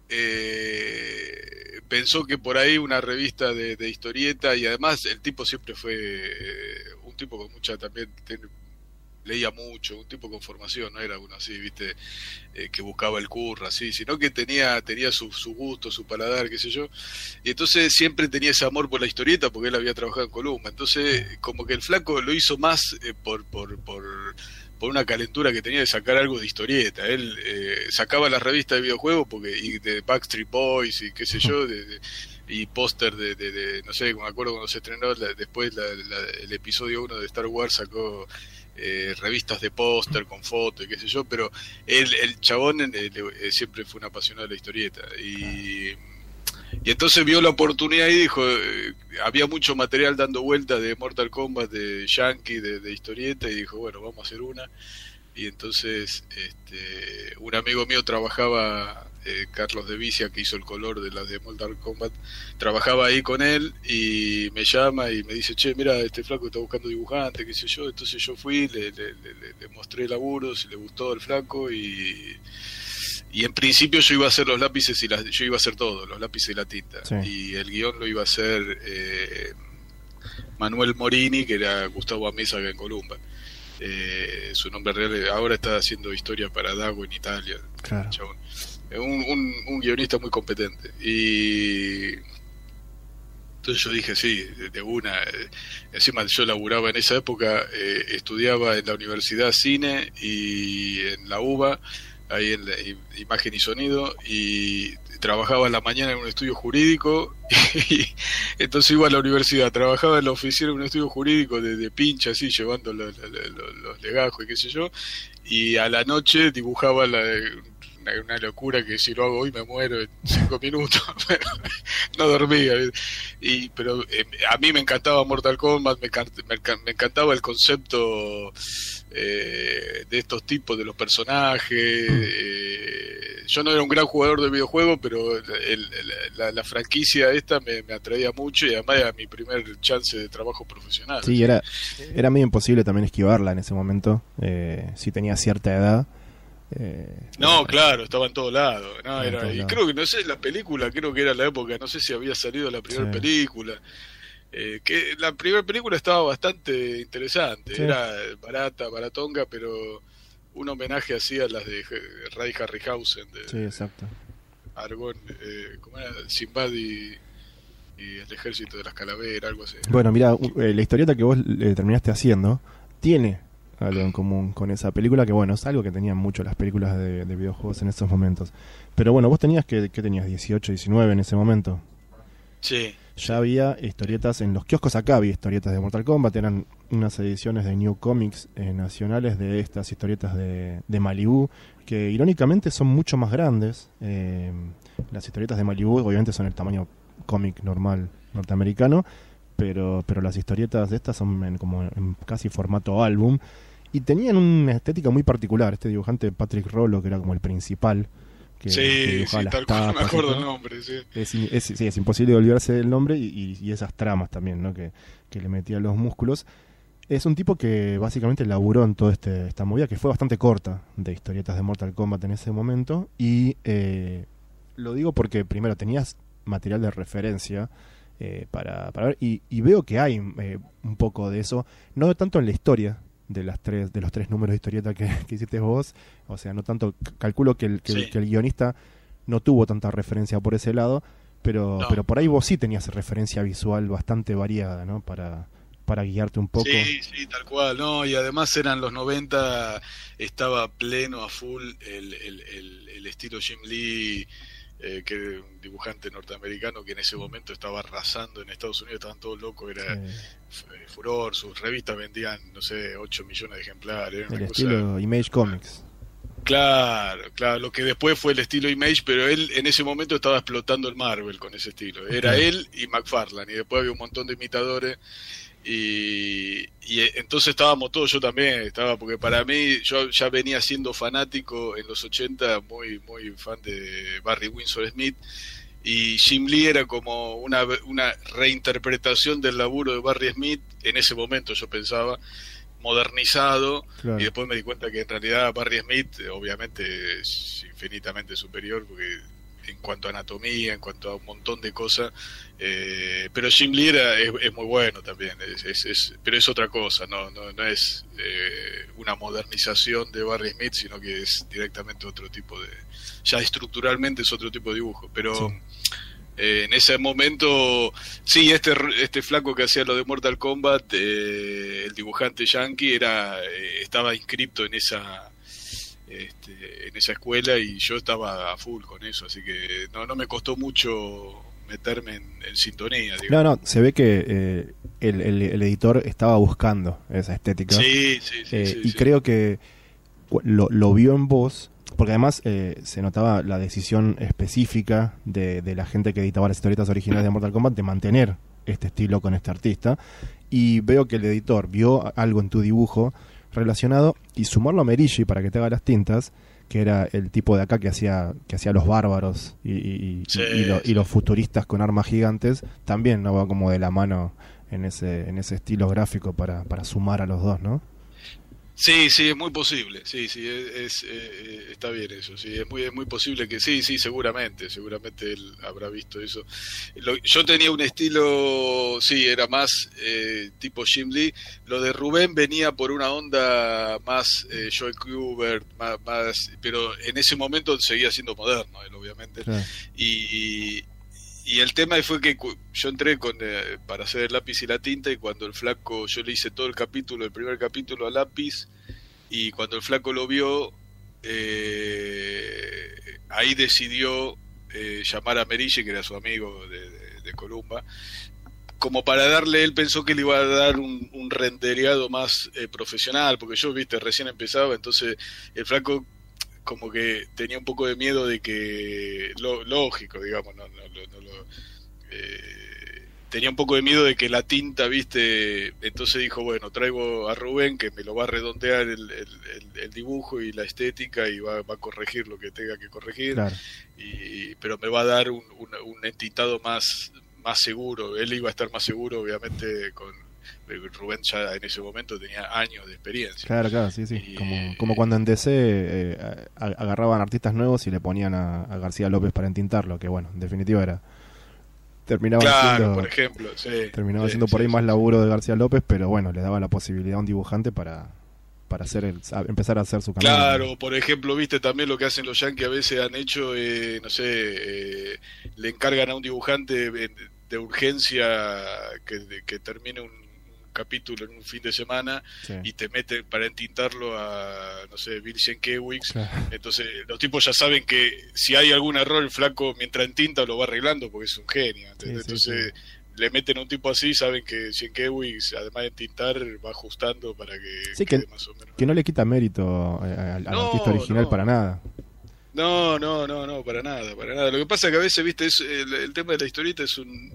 eh, pensó que por ahí una revista de, de historieta, y además el tipo siempre fue eh, un tipo con mucha también ten, leía mucho, un tipo con formación, no era uno así, viste, eh, que buscaba el curro así, sino que tenía tenía su, su gusto, su paladar, qué sé yo, y entonces siempre tenía ese amor por la historieta porque él había trabajado en Columba, entonces como que el flaco lo hizo más eh, por por por por una calentura que tenía de sacar algo de historieta. Él eh, sacaba las revistas de videojuegos porque y de Backstreet Boys y qué sé yo, de, de, y póster de, de, de, no sé, me acuerdo cuando se estrenó la, después la, la, el episodio uno de Star Wars sacó eh, revistas de póster con fotos y qué sé yo, pero él, el chabón eh, eh, siempre fue un apasionado de la historieta. Y... Y entonces vio la oportunidad y dijo, eh, había mucho material dando vuelta de Mortal Kombat, de Yankee, de, de historieta, y dijo, bueno, vamos a hacer una. Y entonces este, un amigo mío trabajaba, eh, Carlos de Vicia, que hizo el color de las de Mortal Kombat, trabajaba ahí con él y me llama y me dice, che, mira, este flaco está buscando dibujante, qué sé yo. Entonces yo fui, le, le, le, le mostré laburos, le gustó el flaco y... Y en principio yo iba a hacer los lápices y la, yo iba a hacer todo, los lápices y la tinta. Sí. Y el guión lo iba a hacer eh, Manuel Morini, que era Gustavo Amézaga en Columba. Eh, su nombre real, ahora está haciendo historia para Dago en Italia. Claro. Un, un, un guionista muy competente. Y entonces yo dije, sí, de una. Eh, encima yo laburaba en esa época, eh, estudiaba en la universidad cine y en la U B A, ahí en la imagen y sonido, y trabajaba en la mañana en un estudio jurídico y entonces iba a la universidad, trabajaba en la oficina en un estudio jurídico de, de pincha así, llevando los, los, los legajos y qué sé yo, y a la noche dibujaba la, una, una locura que si lo hago hoy me muero en cinco minutos. No dormía, y pero eh, a mí me encantaba Mortal Kombat, me, me, me encantaba el concepto eh, de estos tipos, de los personajes. eh, yo no era un gran jugador de videojuegos, pero el, el, la, la franquicia esta me, me atraía mucho, y además era mi primer chance de trabajo profesional. Sí, era, era medio imposible también esquivarla en ese momento, eh, si tenía cierta edad. Eh, no, eh, claro, estaba en todos lados, no, era, todos y lados. creo que, no sé, la película, creo que era la época, no sé si había salido la primera Sí. película, eh, que la primera película estaba bastante interesante, Sí. era barata, baratonga, pero un homenaje así a las de Ray Harryhausen, de Sí, exacto. Argón, eh, ¿cómo era? Sinbad y, y el ejército de las calaveras, algo así. Bueno, mira, u- eh, la historieta que vos eh, terminaste haciendo tiene algo en común con esa película, que bueno, es algo que tenían mucho las películas de, de videojuegos en esos momentos. Pero bueno, vos tenías que, ¿qué tenías? dieciocho, diecinueve en ese momento. Sí. Ya había historietas en los kioscos, acá había historietas de Mortal Kombat, eran unas ediciones de New Comics eh, nacionales de estas historietas de, de Malibu, que irónicamente son mucho más grandes. Eh, las historietas de Malibu obviamente son el tamaño cómic normal norteamericano, pero pero las historietas de estas son en, como en casi formato álbum, y tenían una estética muy particular. Este dibujante Patrick Rollo, que era como el principal, que, Sí, que dibujaba sí, las tal cual, me tapas y acuerdo todo. el nombre, sí. Es, in- es, sí, es imposible de olvidarse del nombre y, y, y esas tramas también, ¿no? que, que le metía los músculos. Es un tipo que básicamente laburó en toda este, esta movida, que fue bastante corta, de historietas de Mortal Kombat en ese momento. Y eh, lo digo porque, primero, tenías material de referencia eh, para, para ver, y, y veo que hay eh, un poco de eso, no tanto en la historia de las tres de los tres números de historieta que, que hiciste vos, o sea, no tanto, c- calculo que el, que, el- Sí. que el guionista no tuvo tanta referencia por ese lado, pero No. pero por ahí vos sí tenías referencia visual bastante variada, ¿no? Para, para guiarte un poco. Sí, sí, tal cual, no, y además eran los noventa, estaba pleno a full el, el, el, el estilo Jim Lee, eh, que era un dibujante norteamericano que en ese momento estaba arrasando en Estados Unidos, estaban todos locos, era Eh, f- furor, sus revistas vendían, no sé, ocho millones de ejemplares, era una el cosa... estilo Image Comics. Claro, claro, lo que después fue el estilo Image, pero él en ese momento estaba explotando el Marvel con ese estilo. Era Claro. él y McFarlane, y después había un montón de imitadores. Y, y entonces estábamos todos, yo también estaba, porque para mí, yo ya venía siendo fanático en los ochenta, muy muy fan de Barry Windsor Smith, y Jim Lee era como una, una reinterpretación del laburo de Barry Smith, en ese momento yo pensaba, modernizado. Claro. Y después me di cuenta que en realidad Barry Smith eh, obviamente es infinitamente superior, porque en cuanto a anatomía, en cuanto a un montón de cosas, eh, pero Jim Lee era, es, es muy bueno también, es, es, es, pero es otra cosa, no, no, no es eh, una modernización de Barry Smith, sino que es directamente otro tipo de, ya estructuralmente es otro tipo de dibujo, pero sí. eh, en ese momento, sí, este, este flaco que hacía lo de Mortal Kombat, eh, el dibujante yankee, era, eh, estaba inscripto en esa... Este, en esa escuela y yo estaba a full con eso, así que no, no me costó mucho meterme en, en sintonía, digamos. No, no, se ve que eh, el, el, el editor estaba buscando esa estética. Sí, sí, sí. Eh, sí y sí. creo que lo, lo vio en vos, porque además eh, se notaba la decisión específica de, de la gente que editaba las historietas originales de Mortal Kombat de mantener este estilo con este artista, y veo que el editor vio algo en tu dibujo relacionado y sumarlo a Merigi para que te haga las tintas, que era el tipo de acá que hacía que hacía los bárbaros y, y, sí, y, lo, sí. y los futuristas con armas gigantes, también no va como de la mano en ese en ese estilo gráfico para, para sumar a los dos, ¿no? Sí, sí, es muy posible, sí, sí, es, es eh, está bien eso, sí, es muy es muy posible que sí, sí, seguramente, seguramente él habrá visto eso. Lo, yo tenía un estilo, sí, era más eh, tipo Jim Lee, lo de Rubén venía por una onda más eh, Joel Kubert, más, más, pero en ese momento seguía siendo moderno, él, obviamente, Claro. y, y Y el tema fue que yo entré con eh, para hacer el lápiz y la tinta, y cuando el flaco, yo le hice todo el capítulo, el primer capítulo a lápiz, y cuando el flaco lo vio, eh, ahí decidió eh, llamar a Merigi, que era su amigo de, de, de Columba, como para darle, él pensó que le iba a dar un, un rendereado más eh, profesional, porque yo, viste, recién empezaba, entonces el flaco como que tenía un poco de miedo de que, lo, lógico, digamos, no, no, no, no lo, eh, tenía un poco de miedo de que la tinta, viste, entonces dijo, bueno, traigo a Rubén que me lo va a redondear el, el, el, el dibujo y la estética y va, va a corregir lo que tenga que corregir, Claro. y, pero me va a dar un, un, un entintado más, más seguro, él iba a estar más seguro, obviamente, con Rubén ya en ese momento tenía años de experiencia. Claro, claro, sí, sí. Y, como, como cuando en D C eh, a- agarraban artistas nuevos y le ponían a, a García López para entintarlo, que bueno, en definitiva era... Terminaba claro, haciendo, por ejemplo, sí, terminaba sí, haciendo por sí, ahí más sí, laburo de García López, pero bueno, le daba la posibilidad a un dibujante para, para hacer el, a- empezar a hacer su camino. Claro, por ejemplo, viste también lo que hacen los Yankees, a veces han hecho, eh, no sé, eh, le encargan a un dibujante de, de urgencia que, de, que termine un capítulo en un fin de semana, Sí. y te meten para entintarlo a, no sé, Bill Sienkiewicz. Claro. Entonces los tipos ya saben que si hay algún error, el flaco mientras entinta lo va arreglando porque es un genio, ¿entendés? Sí, sí, Entonces le meten a un tipo así, saben que Sienkiewicz, además de entintar, va ajustando para que Sí, quede que- más o menos. Que no le quita mérito eh, al, al No, artista original no. para nada. No, no, no, no, para nada, para nada. Lo que pasa es que a veces, viste, es, el, el tema de la historieta es un...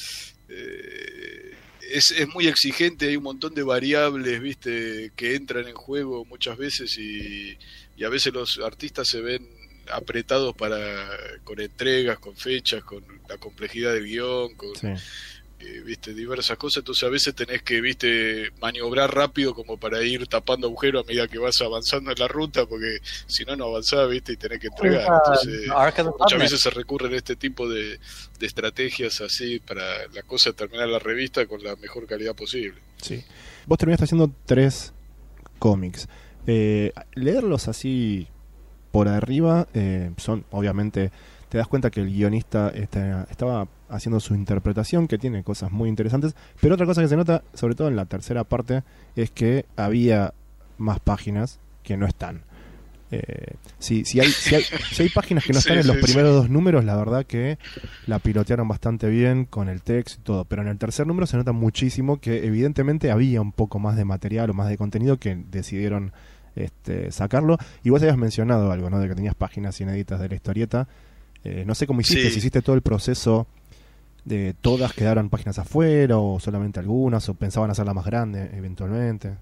Eh, es, es muy exigente, hay un montón de variables, viste, que entran en juego muchas veces, y, y a veces los artistas se ven apretados para con entregas, con fechas, con la complejidad del guión, con Sí. eh, viste, diversas cosas, entonces a veces tenés que, viste, maniobrar rápido como para ir tapando agujeros a medida que vas avanzando en la ruta, porque si no, no avanzás, viste, y tenés que entregar. Entonces, Ark of the muchas Covenant. veces se recurren a este tipo de, de estrategias así para la cosa terminar la revista con la mejor calidad posible. Sí. Vos terminaste haciendo tres cómics. Eh, leerlos así por arriba eh, son, obviamente, te das cuenta que el guionista está, estaba haciendo su interpretación, que tiene cosas muy interesantes, pero otra cosa que se nota, sobre todo en la tercera parte, es que había más páginas que no están. Eh, si, si, hay, si, hay, si hay páginas que no Sí, están en los sí, primeros sí. dos números, la verdad que la pilotearon bastante bien con el texto y todo, pero en el tercer número se nota muchísimo que evidentemente había un poco más de material o más de contenido que decidieron este, sacarlo. Y vos habías mencionado algo, ¿no? De que tenías páginas inéditas de la historieta. Eh, no sé cómo hiciste, Sí. si hiciste todo el proceso de todas quedaron páginas afuera o solamente algunas, o pensaban hacerla más grande eventualmente.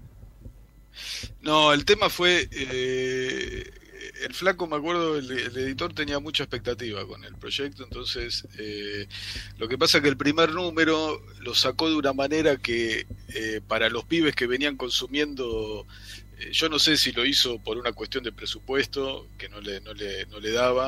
No, el tema fue, eh, el flaco, me acuerdo, el, el editor tenía mucha expectativa con el proyecto, entonces eh, lo que pasa es que el primer número lo sacó de una manera que eh, para los pibes que venían consumiendo, eh, yo no sé si lo hizo por una cuestión de presupuesto, que no le, no le, no le daba,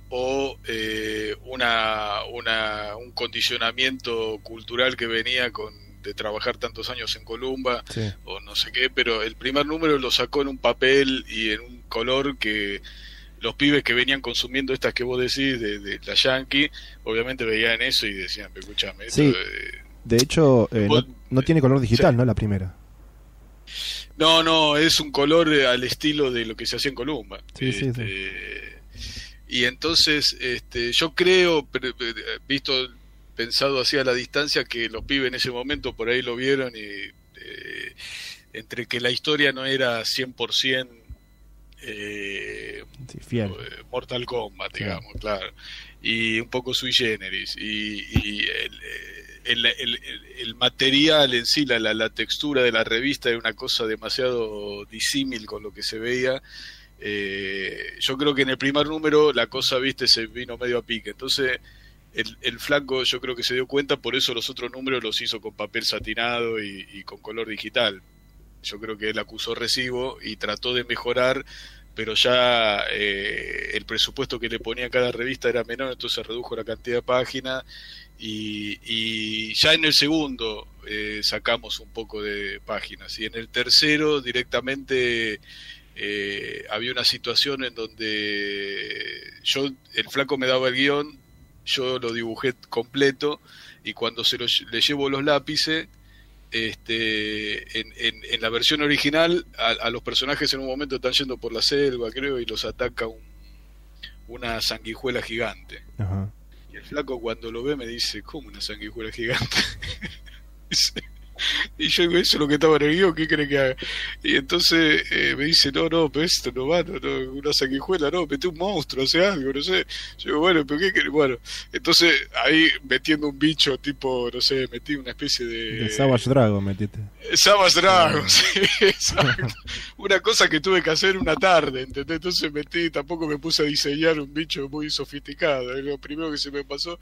o eh, una, una un condicionamiento cultural que venía con de trabajar tantos años en Columba, sí. o no sé qué, pero el primer número lo sacó en un papel y en un color que los pibes que venían consumiendo estas que vos decís de, de la Yankee, obviamente veían eso y decían, escuchame, esto, sí. eh, de hecho eh, vos, no, no tiene color digital, sí. ¿no? La primera. No, no, es un color al estilo de lo que se hacía en Columba. Sí, este, sí, sí. Y entonces, este, yo creo, visto, pensado así a la distancia, que los pibes en ese momento por ahí lo vieron y eh, entre que la historia no era cien por ciento eh, sí, fiel. Mortal Kombat, digamos, sí. claro, y un poco sui generis, y, y el, el, el, el material en sí, la, la, la textura de la revista era una cosa demasiado disímil con lo que se veía. Eh, yo creo que en el primer número la cosa, viste, se vino medio a pique, entonces el, el flaco yo creo que se dio cuenta, por eso los otros números los hizo con papel satinado y, y con color digital. Yo creo que él acusó recibo y trató de mejorar, pero ya eh, el presupuesto que le ponía a cada revista era menor, entonces redujo la cantidad de páginas y, y ya en el segundo eh, sacamos un poco de páginas, y en el tercero directamente eh, había una situación en donde yo, el flaco me daba el guión, yo lo dibujé completo, y cuando se lo, le llevo los lápices, este en, en, en la versión original a, a los personajes en un momento están yendo por la selva, creo, y los ataca un, una sanguijuela gigante. Ajá. Y el flaco cuando lo ve me dice, ¿cómo una sanguijuela gigante? Y yo digo, eso es lo que estaba en el guión, ¿qué cree que haga? Y entonces eh, me dice, no, no, pero esto no va, no, no, una sanguijuela, no, mete un monstruo, hace algo, no sé. Yo digo, bueno, pero ¿qué querés? Bueno, entonces ahí metiendo un bicho tipo, no sé, metí una especie de... De Savage Dragon metiste. Savage Dragon, ah. sí, exacto. Una cosa que tuve que hacer una tarde, ¿entendés? Entonces metí, tampoco me puse a diseñar un bicho muy sofisticado, es lo primero que se me pasó.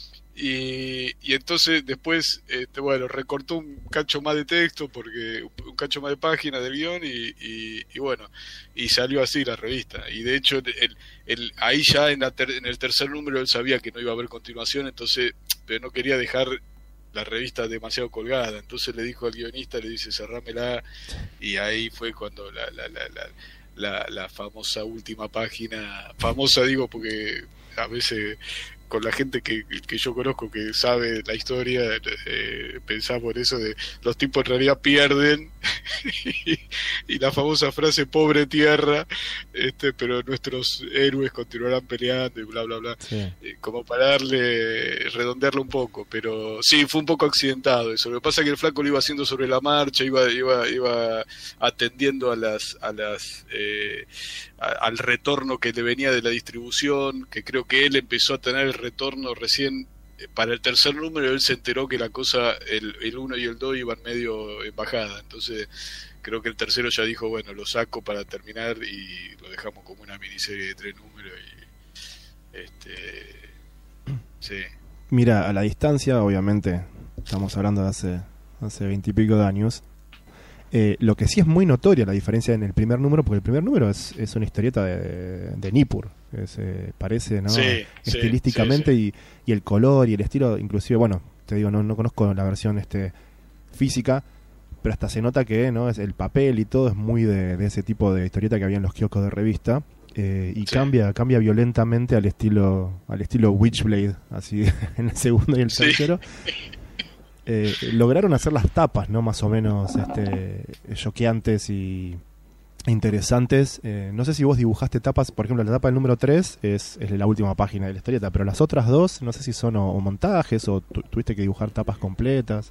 Y, y entonces después, este, bueno, recortó un cacho más de texto, porque un cacho más de página del guión, y, y, y bueno, y salió así la revista. Y de hecho, el, el, ahí ya en, la ter, en el tercer número él sabía que no iba a haber continuación, entonces, pero no quería dejar la revista demasiado colgada, entonces le dijo al guionista, le dice, cerrámela, y ahí fue cuando la, la, la, la, la, la famosa última página, famosa digo porque a veces... con la gente que, que yo conozco que sabe la historia, eh, pensamos en eso de los tipos en realidad pierden y, y la famosa frase pobre tierra, este, pero nuestros héroes continuarán peleando y bla bla bla, sí. eh, como para darle, redondearlo un poco, pero sí, fue un poco accidentado eso. Lo que pasa es que el flaco lo iba haciendo sobre la marcha, iba iba iba atendiendo a las a las eh, a, al retorno que le venía de la distribución, que creo que él empezó a tener el retorno recién para el tercer número. Él se enteró que la cosa, el, el uno y el dos iban medio en bajada, entonces creo que el tercero ya dijo, bueno, lo saco para terminar y lo dejamos como una miniserie de tres números y este sí. Mira, a la distancia, obviamente estamos hablando de hace hace veintipico de años. Eh, lo que sí es muy notoria la diferencia en el primer número, porque el primer número es, es una historieta de, de Nippur, es, eh, parece, ¿no? Sí, estilísticamente, sí, sí. Y, y el color y el estilo, inclusive, bueno, te digo, no, no conozco la versión este física, pero hasta se nota que, ¿no?, es el papel y todo es muy de, de ese tipo de historieta que había en los kioscos de revista, eh, y sí. cambia cambia violentamente al estilo al estilo Witchblade, así en el segundo y el tercero. Sí. Eh, lograron hacer las tapas, ¿no?, más o menos este, choqueantes y interesantes. Eh, no sé si vos dibujaste tapas, por ejemplo, la tapa del número tres es, es la última página de la historieta, pero las otras dos, no sé si son o, o montajes o tu, tuviste que dibujar tapas completas.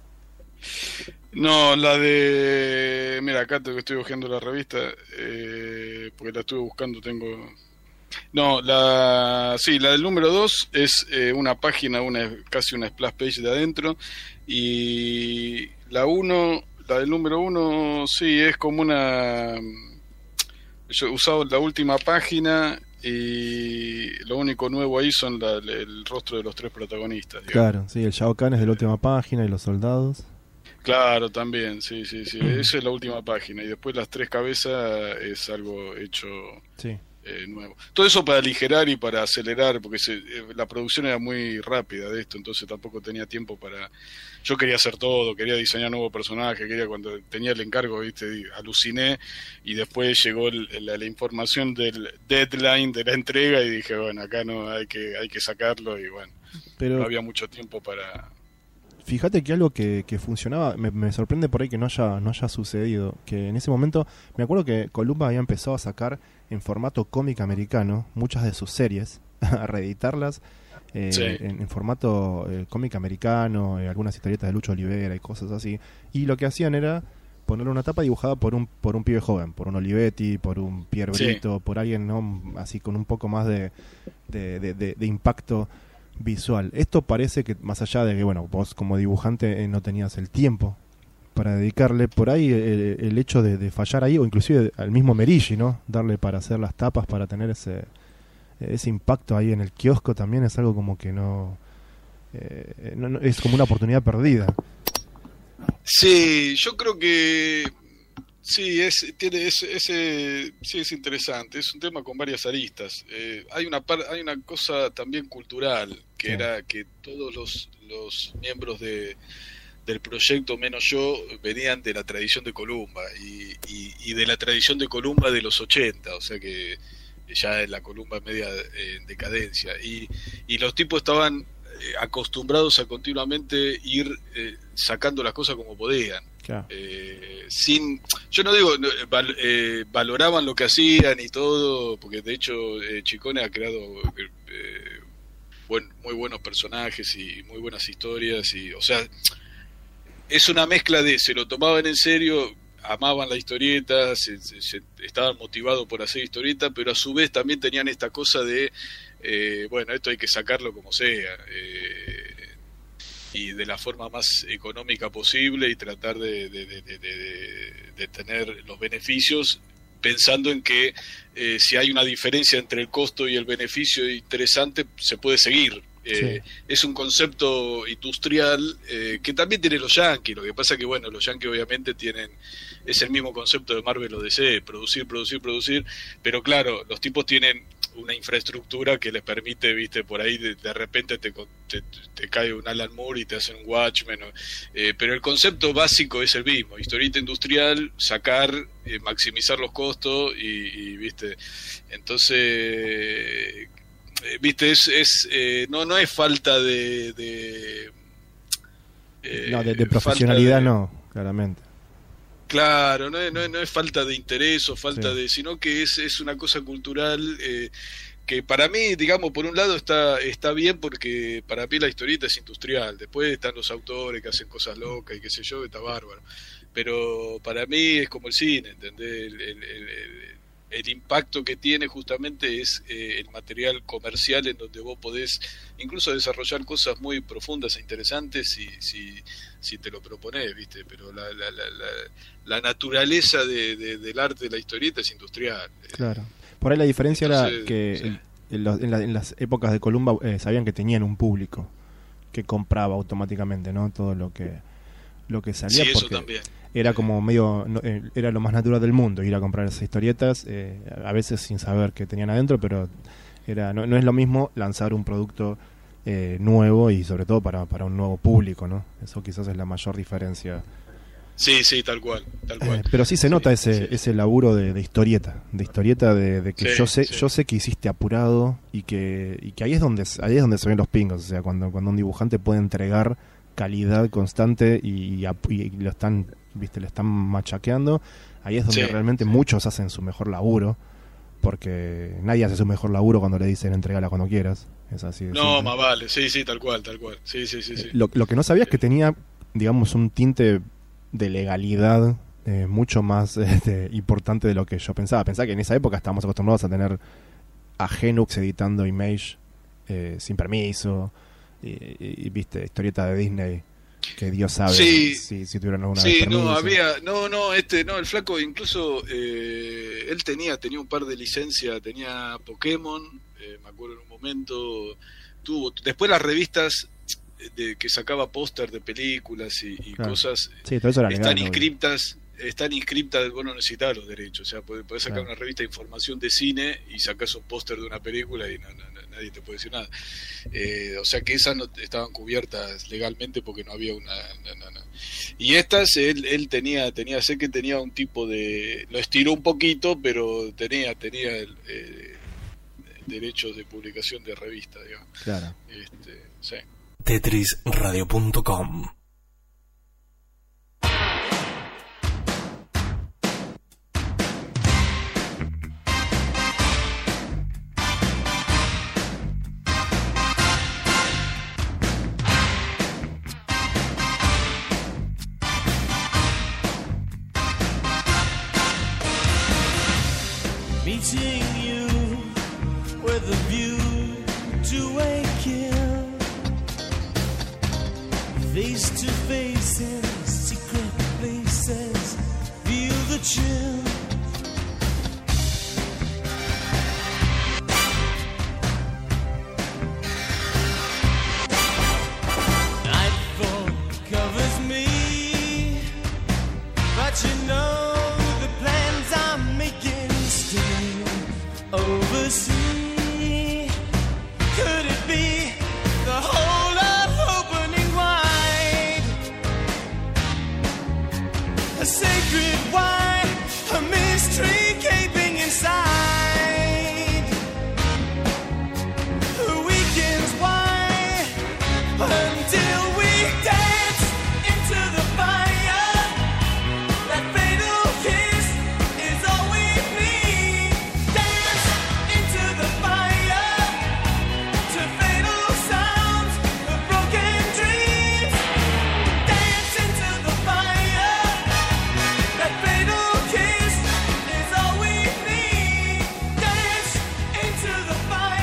No, la de... Mira, acá te estoy buscando la revista, eh, porque la estuve buscando, tengo... No, la sí, la del número dos es eh, una página, una casi una splash page de adentro, y la uno, la del número uno, sí, es como una... Yo he usado la última página y lo único nuevo ahí son la, el rostro de los tres protagonistas, digamos. Claro, sí, el Shao Kahn es de la última página y los soldados. Claro, también, sí, sí, sí, esa es la última página, y después las tres cabezas es algo hecho... Sí. eh, nuevo. Todo eso para aligerar y para acelerar, porque se, eh, la producción era muy rápida de esto, entonces tampoco tenía tiempo para... Yo quería hacer todo, quería diseñar nuevos personajes, quería cuando tenía el encargo, viste, aluciné, y después llegó el, la, la información del deadline de la entrega y dije, bueno, acá no hay que hay que sacarlo y bueno, Pero... no había mucho tiempo para... Fíjate que algo que, que funcionaba, me, me sorprende por ahí que no haya, no haya sucedido, que en ese momento, me acuerdo que Columba había empezado a sacar en formato cómic americano muchas de sus series, a reeditarlas eh, Sí. en, en formato eh, cómic americano, eh, algunas historietas de Lucho Olivera y cosas así, y lo que hacían era poner una tapa dibujada por un por un pibe joven, por un Olivetti, por un Pier Sí. Brito, por alguien no así con un poco más de, de, de, de, de impacto visual. Esto parece que, más allá de que, bueno, vos como dibujante eh, no tenías el tiempo para dedicarle, por ahí el, el hecho de, de fallar ahí, o inclusive al mismo Merigi, ¿no? Darle para hacer las tapas, para tener ese ese impacto ahí en el kiosco también es algo como que no, eh, no, no es como una oportunidad perdida. Sí, yo creo que sí, es tiene ese, ese sí es interesante, es un tema con varias aristas. Eh, hay una par, hay una cosa también cultural que Sí. era que todos los los miembros de del proyecto menos yo venían de la tradición de Columba y, y, y de la tradición de Columba de los ochenta, o sea que ya en la Columba media eh, en decadencia y, y los tipos estaban eh, acostumbrados a continuamente ir eh, sacando las cosas como podían. Claro. Eh, sin, yo no digo, no, val, eh, valoraban lo que hacían y todo, porque de hecho eh, Chicone ha creado eh, buen, muy buenos personajes y muy buenas historias, y o sea, es una mezcla de, se lo tomaban en serio, amaban la historieta, se, se, se estaban motivados por hacer historieta, pero a su vez también tenían esta cosa de, eh, bueno, esto hay que sacarlo como sea. Eh, y de la forma más económica posible y tratar de, de, de, de, de, de tener los beneficios pensando en que eh, si hay una diferencia entre el costo y el beneficio interesante se puede seguir. Eh, sí. Es un concepto industrial eh, que también tienen los Yankees. Lo que pasa que, bueno, los Yankees obviamente tienen, es el mismo concepto de Marvel o D C, producir, producir, producir, pero claro, los tipos tienen una infraestructura que les permite, viste, por ahí de, de repente te, te, te cae un Alan Moore y te hacen un Watchmen, eh, pero el concepto básico es el mismo, historieta industrial, sacar, eh, maximizar los costos y, y viste, entonces, eh, viste, es, es eh, no no es falta de, de eh, no, de, de profesionalidad de, no, claramente. Claro, no es, no, es, no es falta de interés o falta sí. de, sino que es, es una cosa cultural eh, que para mí, digamos, por un lado está está bien porque para mí la historieta es industrial. Después están los autores que hacen cosas locas y qué sé yo, está bárbaro. Pero para mí es como el cine, ¿entendés? El, el, el, el, el impacto que tiene justamente es eh, el material comercial en donde vos podés incluso desarrollar cosas muy profundas e interesantes si, si, si te lo proponés, ¿viste? Pero la, la, la, la, la naturaleza de, de, del arte de la historieta es industrial. Claro. Por ahí la diferencia Entonces, era que sí. en, en, los, en, la, en las épocas de Columba eh, sabían que tenían un público que compraba automáticamente, ¿no? Todo lo que lo que salía sí, porque eso también. Era como medio, no, eh, era lo más natural del mundo ir a comprar esas historietas, eh, a veces sin saber qué tenían adentro, pero era no, no es lo mismo lanzar un producto eh, nuevo y sobre todo para, para un nuevo público, ¿no? Eso quizás es la mayor diferencia. Sí, sí, tal cual, tal cual. Eh, pero sí se nota sí, ese sí. ese laburo de, de historieta, de historieta de, de que sí, yo sé sí. yo sé que hiciste apurado y que y que ahí es donde ahí es donde se ven los pingos, o sea, cuando cuando un dibujante puede entregar calidad constante y, y, y lo están viste le están machaqueando, ahí es donde sí, realmente sí. muchos hacen su mejor laburo, porque nadie hace su mejor laburo cuando le dicen entregala cuando quieras, es así de no simple. más vale, sí, sí, tal cual, tal cual, sí, sí, sí, sí. Eh, lo, lo que no sabía es que tenía, digamos, un tinte de legalidad eh, mucho más este, importante de lo que yo pensaba. Pensaba que en esa época estábamos acostumbrados a tener a Genux editando Image eh, sin permiso y, y, y viste historieta de Disney que Dios sabe sí, si, si tuvieron alguna sí, vez permiso. no había, no, no, este, no, el flaco incluso eh, él tenía, tenía un par de licencias, tenía Pokémon, eh, me acuerdo en un momento, tuvo, después las revistas de que sacaba póster de películas y, y claro. cosas sí, todo eso era están legal, inscriptas, están inscriptas, vos no necesitas los derechos, o sea, podés, podés sacar Claro. una revista de información de cine y sacás un póster de una película y no, no, no, nadie te puede decir nada. Eh, o sea que esas no estaban cubiertas legalmente porque no había una... No, no, no. Y estas, él, él tenía, tenía, sé que tenía un tipo de... Lo estiró un poquito, pero tenía, tenía el, eh, derechos de publicación de revista, digamos. Claro. Este, sí. tetris radio punto com. Meeting you with a view to a kill, face to face in secret places, feel the chill. Nightfall covers me, but you know the plans I'm making still oversee. Could it be the whole of opening wide? A sacred wine, a mystery gaping inside. The weekends why until we dance into the fire. That fatal kiss is all we need. Dance into the fire to fatal sounds of broken dreams. Dance into the fire. That fatal kiss is all we need. Dance into the fire.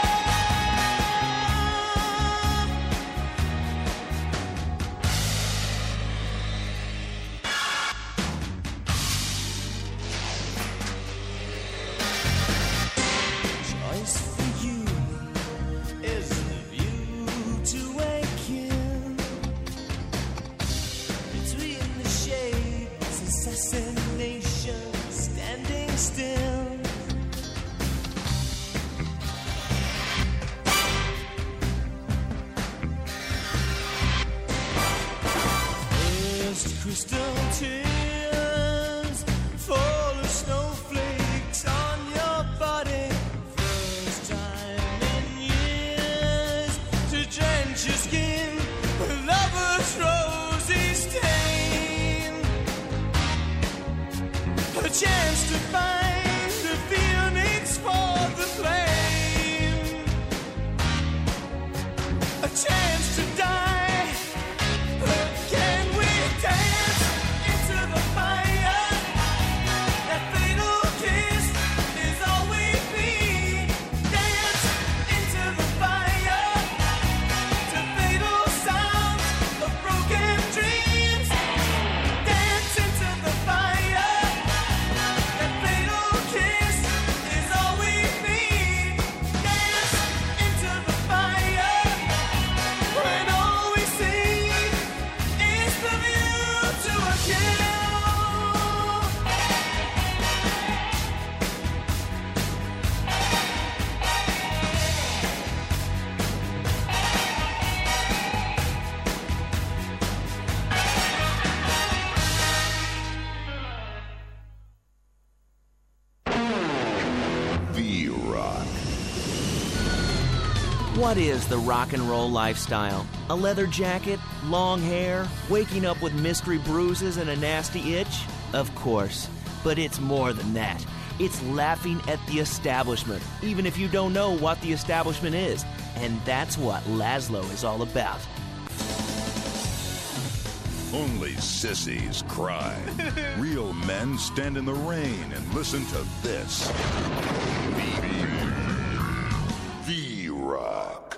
Choice for you is the view to a kill. Between the shades, assassination standing still. First crystal tears fall as snowflakes on your body. First time in years to drench your skin with lover's rosy stain. A chance to find the phoenix for the flame. A chance to die. Can we dance into the fire? That fatal kiss is all we need. Dance into the fire to fatal sounds of broken dreams. Dance into the fire. That fatal kiss is all we need. Dance into the fire when all we see is the view to a kill. V-Rock. What is the rock and roll lifestyle? A leather jacket, long hair, waking up with mystery bruises and a nasty itch? Of course. But it's more than that. It's laughing at the establishment, even if you don't know what the establishment is. And that's what Laszlo is all about. Only sissies cry. Real men stand in the rain and listen to this. V-Rock.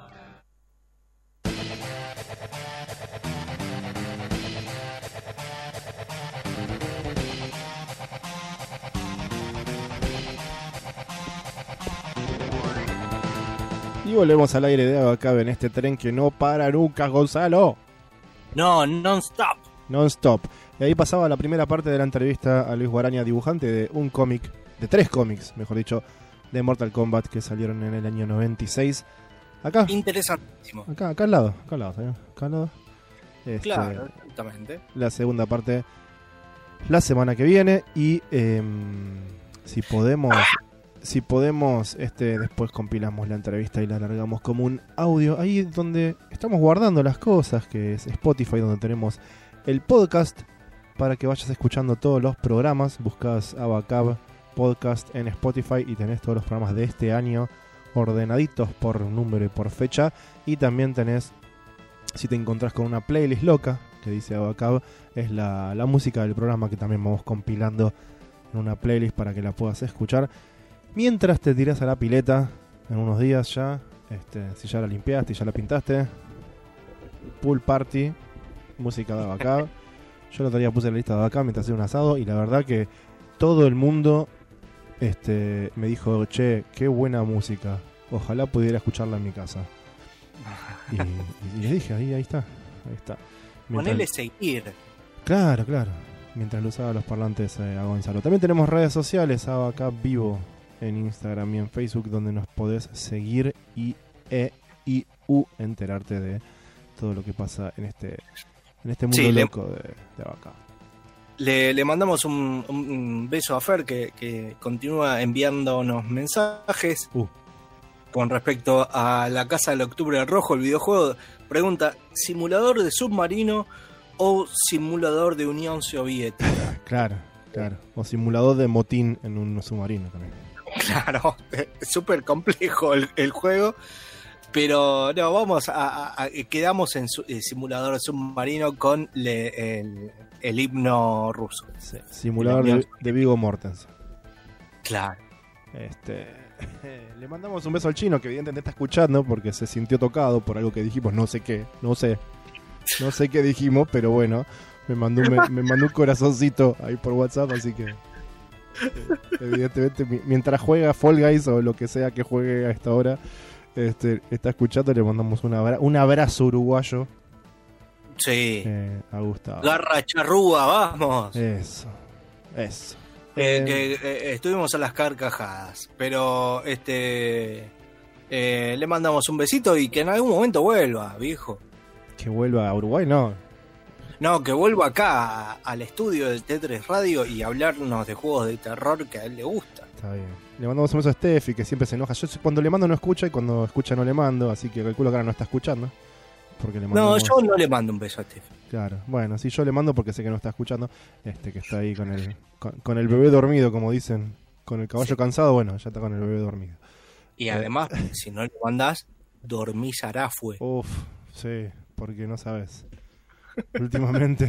Y volvemos al aire de Abacabe en este tren que no para nunca, Gonzalo. No, non-stop. Non-stop. Y ahí pasaba la primera parte de la entrevista a Luis Guaraña, dibujante de un cómic, de tres cómics, mejor dicho, de Mortal Kombat que salieron en el año noventa y seis. Acá, Interesantísimo. acá, acá al lado, acá al lado, señor, acá al lado. Este, Claro, exactamente. La segunda parte la semana que viene y eh, si podemos, si podemos, este, después compilamos la entrevista y la alargamos como un audio ahí donde estamos guardando las cosas, que es Spotify, donde tenemos el podcast para que vayas escuchando todos los programas. Buscas Abacab Podcast en Spotify y tenés todos los programas de este año ordenaditos por número y por fecha. Y también tenés, si te encontrás con una playlist loca que dice Abacab, es la, la música del programa que también vamos compilando en una playlist para que la puedas escuchar mientras te tirás a la pileta en unos días ya. Este, si ya la limpiaste y ya la pintaste, pool party, música de Abacab. Yo el otro día puse la lista de Abacab mientras hacía un asado y la verdad que todo el mundo este, me dijo, che, qué buena música, ojalá pudiera escucharla en mi casa. Y, y, y les dije, ahí, ahí está, ahí está. Mientras- Ponele seguir. Claro, claro. Mientras lo usaba los parlantes eh, a Gonzalo. También tenemos redes sociales, Abacab Vivo, en Instagram y en Facebook, donde nos podés seguir y, e, y u, enterarte de todo lo que pasa en este, en este mundo Sí, le- loco de, de Abacab. Le, le mandamos un, un- un beso a Fer que, que continúa enviándonos mensajes Uh. con respecto a la Casa del Octubre Rojo, el videojuego. Pregunta, ¿simulador de submarino o simulador de Unión Soviética? Claro, claro. O simulador de motín en un submarino también. Claro, es súper complejo el, el juego. Pero no, vamos a, a- a- quedamos en su- eh, simulador submarino con le- el, el himno ruso. Sí, simulador de, de Viggo Mortensen. Claro. Este, le mandamos un beso al chino que evidentemente está escuchando porque se sintió tocado por algo que dijimos, no sé qué, no sé, no sé qué dijimos, pero bueno, me mandó un, me, me mandó un corazoncito ahí por WhatsApp, así que eh, evidentemente mi- mientras juega Fall Guys o lo que sea que juegue a esta hora, este, está escuchando, le mandamos un, abra- un abrazo uruguayo Sí. eh, a Gustavo. Garra charrúa, vamos. Eso, eso. Eh, Eh, que, eh, estuvimos a las carcajadas, pero este eh, le mandamos un besito y que en algún momento vuelva, viejo. que vuelva a Uruguay, no. No, que vuelva acá a- al estudio del T tres Radio y hablarnos de juegos de terror que a él le gusta. Está bien. Le mandamos un beso a Steffi, que siempre se enoja. Yo cuando le mando no escucha y cuando escucha no le mando, así que calculo que ahora no está escuchando. Porque le No, mandamos... yo no le mando un beso a Steffi. Claro, bueno, sí, yo le mando porque sé que no está escuchando. Este, que está ahí con el, con, con el bebé dormido, como dicen. Con el caballo cansado, bueno, ya está con el bebé dormido. Y además, si no le mandás, dormís arafue. Uf, sí, porque no sabes. Últimamente.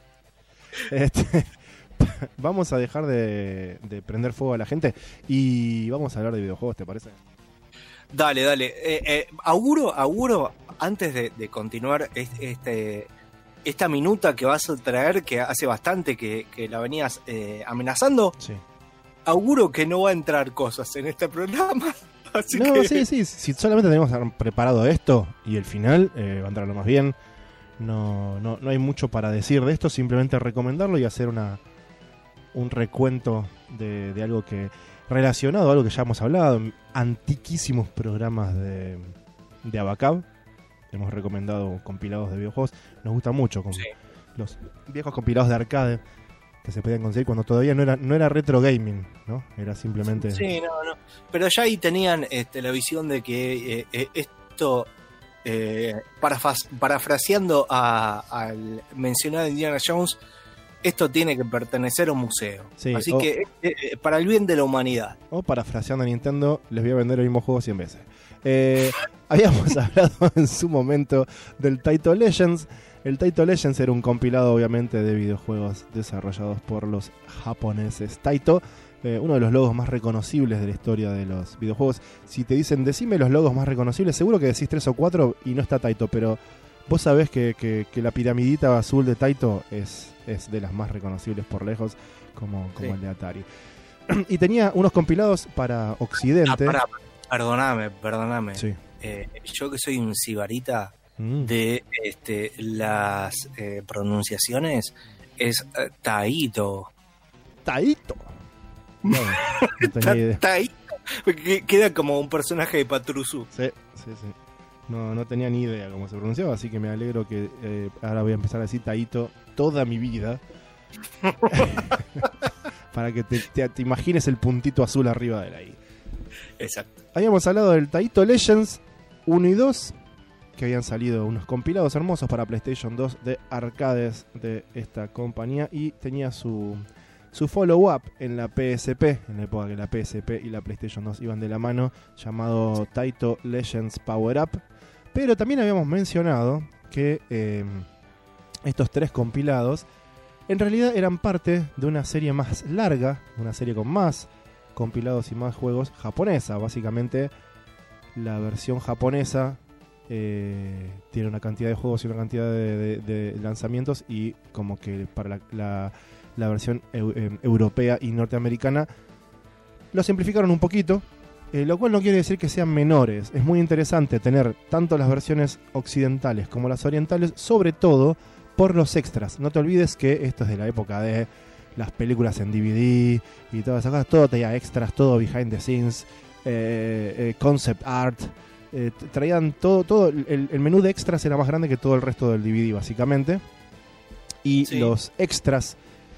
Este, vamos a dejar de, de prender fuego a la gente y vamos a hablar de videojuegos, ¿te parece? Dale, dale. Eh, eh, auguro, auguro, antes de, de continuar este, este- esta minuta que vas a traer, que hace bastante que, que la venías eh, amenazando, Sí. auguro que no va a entrar cosas en este programa. Así No, que sí, sí, si solamente tenemos preparado esto y el final eh, va a entrar lo más bien. No, no, no hay mucho para decir de esto, simplemente recomendarlo y hacer una un recuento de, de algo que relacionado a algo que ya hemos hablado en antiquísimos programas de, de Abacab. Hemos recomendado compilados de videojuegos. Nos gusta mucho con Sí. los viejos compilados de arcade que se podían conseguir cuando todavía no era, no era retro gaming, ¿no? Era simplemente... sí, no, no. Pero ya ahí tenían este, la visión de que eh, eh, esto, eh, parafas- parafraseando a- al mencionado Indiana Jones, esto tiene que pertenecer a un museo. Sí, Así o- que eh, eh, para el bien de la humanidad. O parafraseando a Nintendo, les voy a vender el mismo juego cien veces. Eh, habíamos hablado en su momento del Taito Legends. El Taito Legends era un compilado, obviamente, de videojuegos desarrollados por los japoneses Taito. Eh, uno de los logos más reconocibles de la historia de los videojuegos. Si te dicen, decime los logos más reconocibles, seguro que decís tres o cuatro y no está Taito, pero vos sabés que, que- que la piramidita azul de Taito es, es de las más reconocibles por lejos, como, como Sí. el de Atari. Y tenía unos compilados para Ah, Occidente. pará, perdóname, perdóname. Sí. Eh, yo que soy un sibarita Mm. de este, las eh, pronunciaciones, es eh, Taito. Taito. No, no tenía idea. Taito. Que- Queda como un personaje de Patrusú. Sí, sí, sí. No, no tenía ni idea cómo se pronunciaba, así que me alegro que eh, ahora voy a empezar a decir Taito toda mi vida. Para que te, te- te imagines el puntito azul arriba de la I. Exacto. Habíamos hablado del Taito Legends uno y dos, que habían salido unos compilados hermosos para PlayStation dos de arcades de esta compañía, y tenía su, su follow-up en la P S P, en la época que la P S P y la PlayStation dos iban de la mano, llamado Taito Legends Power Up. Pero también habíamos mencionado que eh, estos tres compilados en realidad eran parte de una serie más larga, una serie con más compilados y más juegos japonesa. Básicamente la versión japonesa eh, tiene una cantidad de juegos y una cantidad de, de- de lanzamientos, y como que para la, la- la versión eu- eh, europea y norteamericana lo simplificaron un poquito, eh, lo cual no quiere decir que sean menores. Es muy interesante tener tanto las versiones occidentales como las orientales, sobre todo por los extras. No te olvides que esto es de la época de las películas en D V D y todas esas cosas. Todo tenía extras, todo behind the scenes, eh, eh, concept art. Eh, t- traían todo, todo el, el menú de extras era más grande que todo el resto del D V D, básicamente. Y Sí. los extras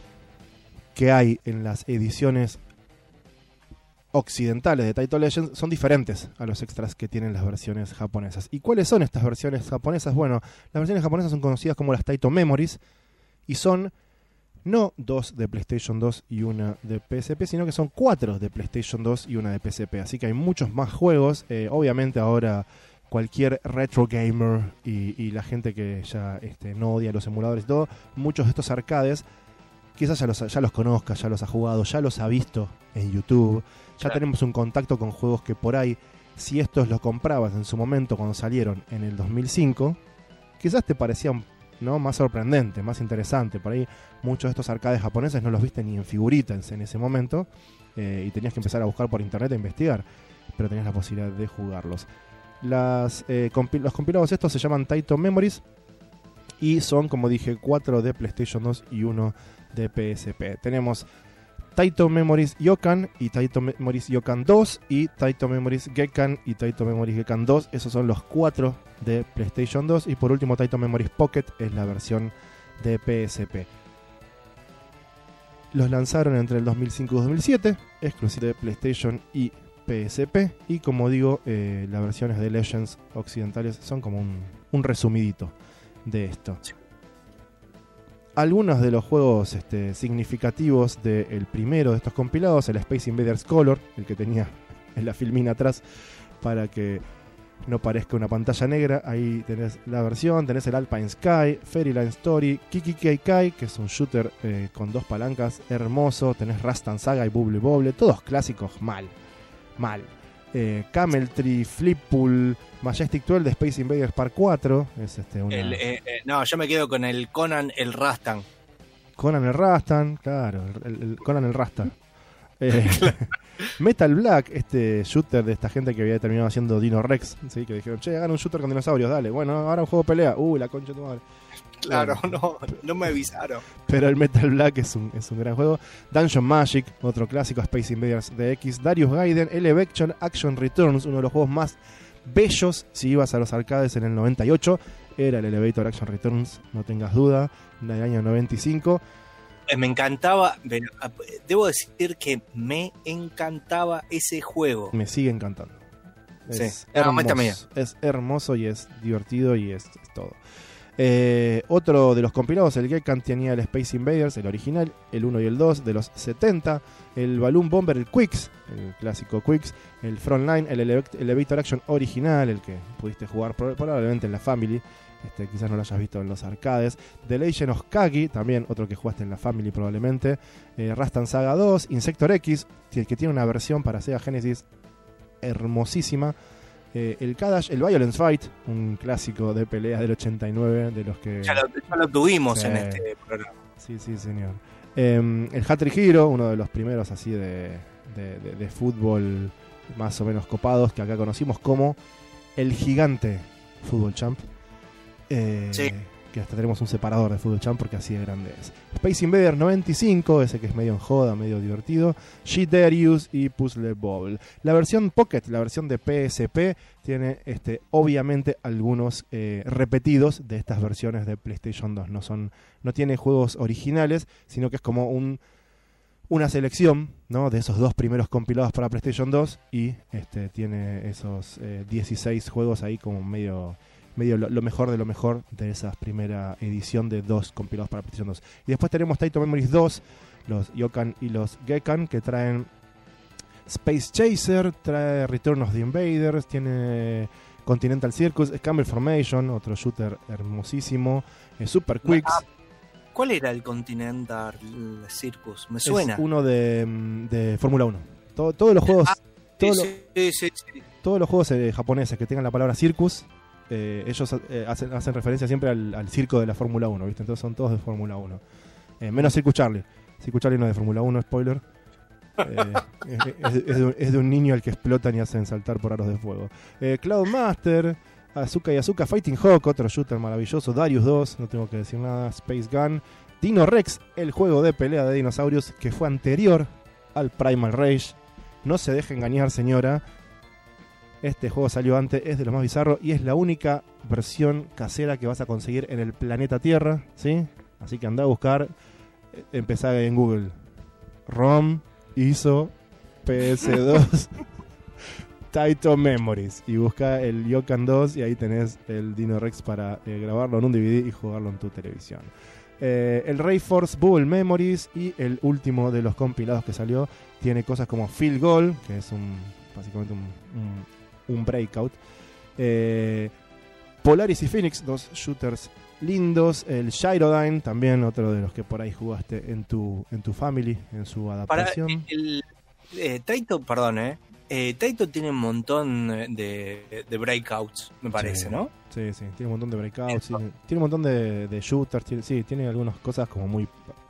que hay en las ediciones occidentales de Taito Legends son diferentes a los extras que tienen las versiones japonesas. ¿Y cuáles son estas versiones japonesas? Bueno, las versiones japonesas son conocidas como las Taito Memories, y son no dos de PlayStation dos y una de P S P, sino que son cuatro de PlayStation dos y una de P S P. Así que hay muchos más juegos. Eh, obviamente ahora cualquier retro gamer y, y la gente que ya este, no odia los emuladores y todo, muchos de estos arcades quizás ya los, ya los conozca, ya los ha jugado, ya los ha visto en YouTube. Ya Claro. tenemos un contacto con juegos que por ahí, si estos los comprabas en su momento cuando salieron en el dos mil cinco, quizás te parecían, ¿no?, más sorprendente, más interesante. Por ahí muchos de estos arcades japoneses no los viste ni en figuritas en ese momento, eh, y tenías que empezar a buscar por internet e investigar, pero tenías la posibilidad de jugarlos. Las, eh, compi- los compilados estos se llaman Taito Memories, y son, como dije, cuatro de PlayStation dos y uno de P S P. Tenemos Taito Memories Yokan y Taito Memories Yokan dos, y Taito Memories Gekkan y Taito Memories Gekkan dos. Esos son los cuatro de PlayStation dos. Y por último, Taito Memories Pocket es la versión de P S P. Los lanzaron entre el dos mil cinco y dos mil siete, exclusivo de PlayStation y P S P. Y como digo, eh, las versiones de Legends occidentales son como un, un resumidito de esto. Algunos de los juegos este, significativos del primero de estos compilados, el Space Invaders Color, el que tenía en la filmina atrás para que no parezca una pantalla negra. Ahí tenés la versión, tenés el Alpine Sky, Fairyland Story, Kiki Kai Kai, que es un shooter eh, con dos palancas, hermoso. Tenés Rastan Saga y Bubble Bobble, todos clásicos mal, mal. Eh, Camel Tree, Flip Pool, Majestic doce de Space Invaders Part cuatro. Es este una... El, eh, eh, no, yo me quedo con el Conan el Rastan. Conan el Rastan, claro, el, el Conan el Rasta. Eh, Metal Black, este shooter de esta gente que había terminado haciendo Dino Rex, ¿sí? Que dijeron, che, hagan un shooter con dinosaurios, dale. Bueno, ahora un juego de pelea. Uy, la concha de tu madre. Claro, Bueno, no, no me avisaron. pero el Metal Black es un, es un gran juego. Dungeon Magic, otro clásico, Space Invaders D X. Darius Gaiden, Elevation Action Returns, uno de los juegos más bellos si ibas a los arcades en el noventa y ocho. Era el Elevator Action Returns, no tengas duda, del año noventa y cinco. Eh, Me encantaba, pero, ah, debo decir que me encantaba ese juego. Me sigue encantando. Es, Sí. Ah, hermoso, también. es hermoso y es divertido y es, es todo. Eh, otro de los compilados, el Gekkan, tenía el Space Invaders, el original, el uno y el dos de los setenta, el Balloon Bomber, el Quicks, el clásico Quicks, el Frontline, el Ele- Elevator Action original, el que pudiste jugar pro- probablemente en la Family, este, quizás no lo hayas visto en los arcades, The Legend of Kagi, también otro que jugaste en la Family probablemente, eh, Rastan Saga dos, Insector X, que que tiene una versión para Sega Genesis hermosísima. Eh, el Kadash, el Violence Fight, un clásico de pelea del ochenta y nueve, de los que... Ya lo, ya lo tuvimos Sí. en este programa. Sí, sí, señor. Eh, el Hat-Trick Hero, uno de los primeros así de, de, de- de fútbol más o menos copados, que acá conocimos como el gigante Fútbol Champ. Eh, Sí. que hasta tenemos un separador de Fútbol Champ porque así de grande es. Space Invaders noventa y cinco, ese que es medio en joda, medio divertido. She Darius y Puzzle Bobble. La versión Pocket, la versión de P S P, tiene este, obviamente algunos eh, repetidos de estas versiones de PlayStation dos. No, son, no tiene juegos originales, sino que es como un... una selección, ¿no?, de esos dos primeros compilados para PlayStation dos y este, tiene esos eh, dieciséis juegos ahí como medio, medio lo, lo mejor de lo mejor de esa primera edición de dos compilados para PlayStation dos. Y después tenemos Taito Memories dos, los Yokan y los Gekan, que traen Space Chaser, trae Return of the Invaders, tiene Continental Circus, Scramble Formation, otro shooter hermosísimo, eh, Super Quicks. ¿Cuál era el Continental Circus? Me suena. Es uno de, de Fórmula uno. Todo, todos los juegos, Ah, todos, sí, los, sí, sí, sí. todos los juegos eh, japoneses que tengan la palabra circus, eh, ellos eh, hacen, hacen referencia siempre al, al circo de la Fórmula uno, ¿viste? Entonces son todos de Fórmula uno. Eh, menos Circus Charlie. Circus Charlie no es de Fórmula uno, spoiler. Eh, es, es, de un, es de un niño al que explotan y hacen saltar por aros de fuego. Eh, Cloud Master, Azuka y Azuka, Fighting Hawk, otro shooter maravilloso, Darius dos, no tengo que decir nada, Space Gun, Dino Rex, el juego de pelea de dinosaurios que fue anterior al Primal Rage. No se deje engañar, señora. Este juego salió antes, es de lo más bizarro y es la única versión casera que vas a conseguir en el planeta Tierra, ¿sí? Así que anda a buscar, empezá en Google, ROM, I S O, P S dos, Taito Memories, y busca el Yokan dos y ahí tenés el Dino Rex para eh, grabarlo en un D V D y jugarlo en tu televisión. Eh, el Ray Force Bubble Memories y el último de los compilados que salió tiene cosas como Field Goal, que es un básicamente un, un, un breakout. Eh, Polaris y Phoenix, dos shooters lindos. El Gyrodyne, también otro de los que por ahí jugaste en tu en tu family, en su Para adaptación. el, eh, Taito, perdón, eh. Eh, Taito tiene un montón de, de breakouts, me parece, Sí. ¿no? Sí, sí, tiene un montón de breakouts, sí, tiene un montón de, de shooters, tiene, sí, tiene algunas cosas como muy...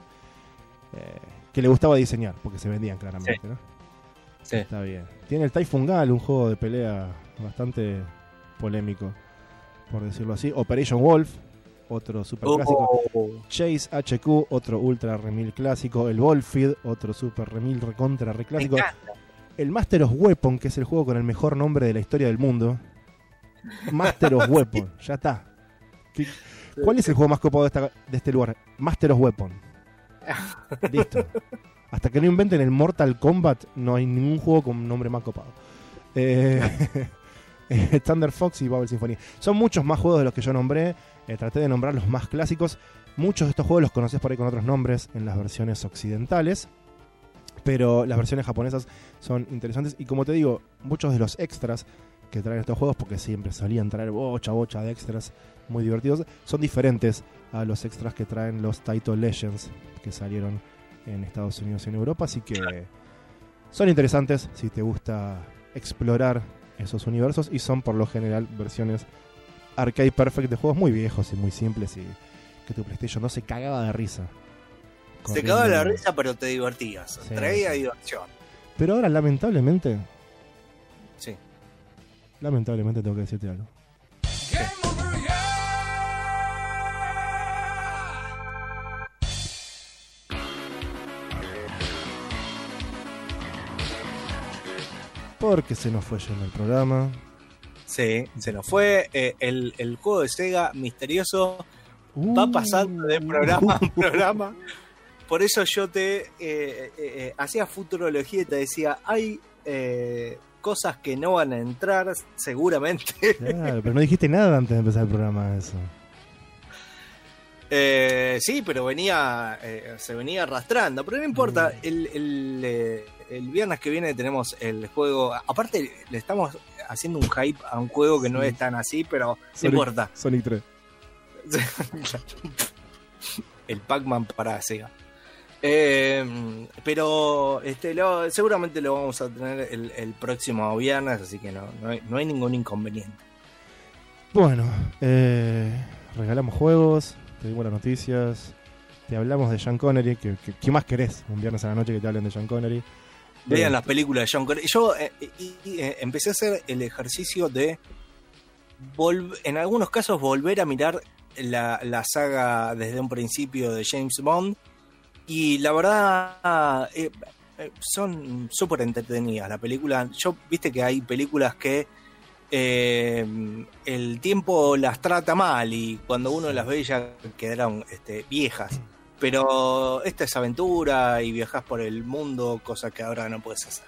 Eh, que le gustaba diseñar, porque se vendían claramente, Sí. ¿no? Sí. Está bien. Tiene el Typhoon Gal, un juego de pelea bastante polémico, por decirlo así. Operation Wolf, otro super clásico. Oh, Chase H Q, otro ultra remil clásico. El Wolfid, otro super remil recontra re me clásico. encanta. El Master of Weapon, que es el juego con el mejor nombre de la historia del mundo. Master of Weapon, ya está. ¿Qué- ¿Cuál es el juego más copado de, esta- de este lugar? Master of Weapon. Listo. Hasta que no inventen el Mortal Kombat, no hay ningún juego con un nombre más copado. Eh, eh, Thunder Fox y Bubble Symphony. Son muchos más juegos de los que yo nombré. Eh, traté de nombrar los más clásicos. Muchos de estos juegos los conoces por ahí con otros nombres en las versiones occidentales. Pero las versiones japonesas son interesantes. Y como te digo, muchos de los extras que traen estos juegos, porque siempre solían traer bocha, bocha de extras muy divertidos, son diferentes a los extras que traen los Taito Legends que salieron en Estados Unidos y en Europa. Así que son interesantes si te gusta explorar esos universos. Y son por lo general versiones arcade perfect de juegos muy viejos y muy simples, y que tu PlayStation no se cagaba de risa. Se cagaba la Corriendo. risa, pero te divertías. Sí, Traía sí. diversión. Pero ahora, lamentablemente, Sí. lamentablemente tengo que decirte algo. Game over, yeah! Porque se nos fue yendo el programa. Sí, se nos fue. Eh, el, el juego de Sega misterioso va Uh, pasando de programa a programa. Por eso yo te eh, eh, eh, hacía futurología y te decía, hay eh, cosas que no van a entrar seguramente. Claro, pero no dijiste nada antes de empezar el programa eso. Eh, sí, pero venía eh, se venía arrastrando, pero no importa. El, el, eh, el viernes que viene tenemos el juego. Aparte, le estamos haciendo un hype a un juego que no Sí. es tan así, pero no Sonic- importa. Sonic tres. El Pac-Man para Sega. Eh, pero este, lo, seguramente lo vamos a tener el, el próximo viernes, así que no, no, hay, no hay ningún inconveniente. Bueno, eh, regalamos juegos, te dimos las noticias, te hablamos de Sean Connery. que, que- ¿Qué más querés? Un viernes a la noche que te hablen de Sean Connery. Vean Eh, las películas de John Connery. Yo eh, y- y, eh, empecé a hacer el ejercicio de volv- en algunos casos volver a mirar la, la saga desde un principio de James Bond. Y la verdad, eh, eh, son súper entretenidas la película. Yo, viste que hay películas que eh, el tiempo las trata mal y cuando uno las ve ya quedaron este, viejas. Pero esta es aventura y viajas por el mundo, cosa que ahora no puedes hacer.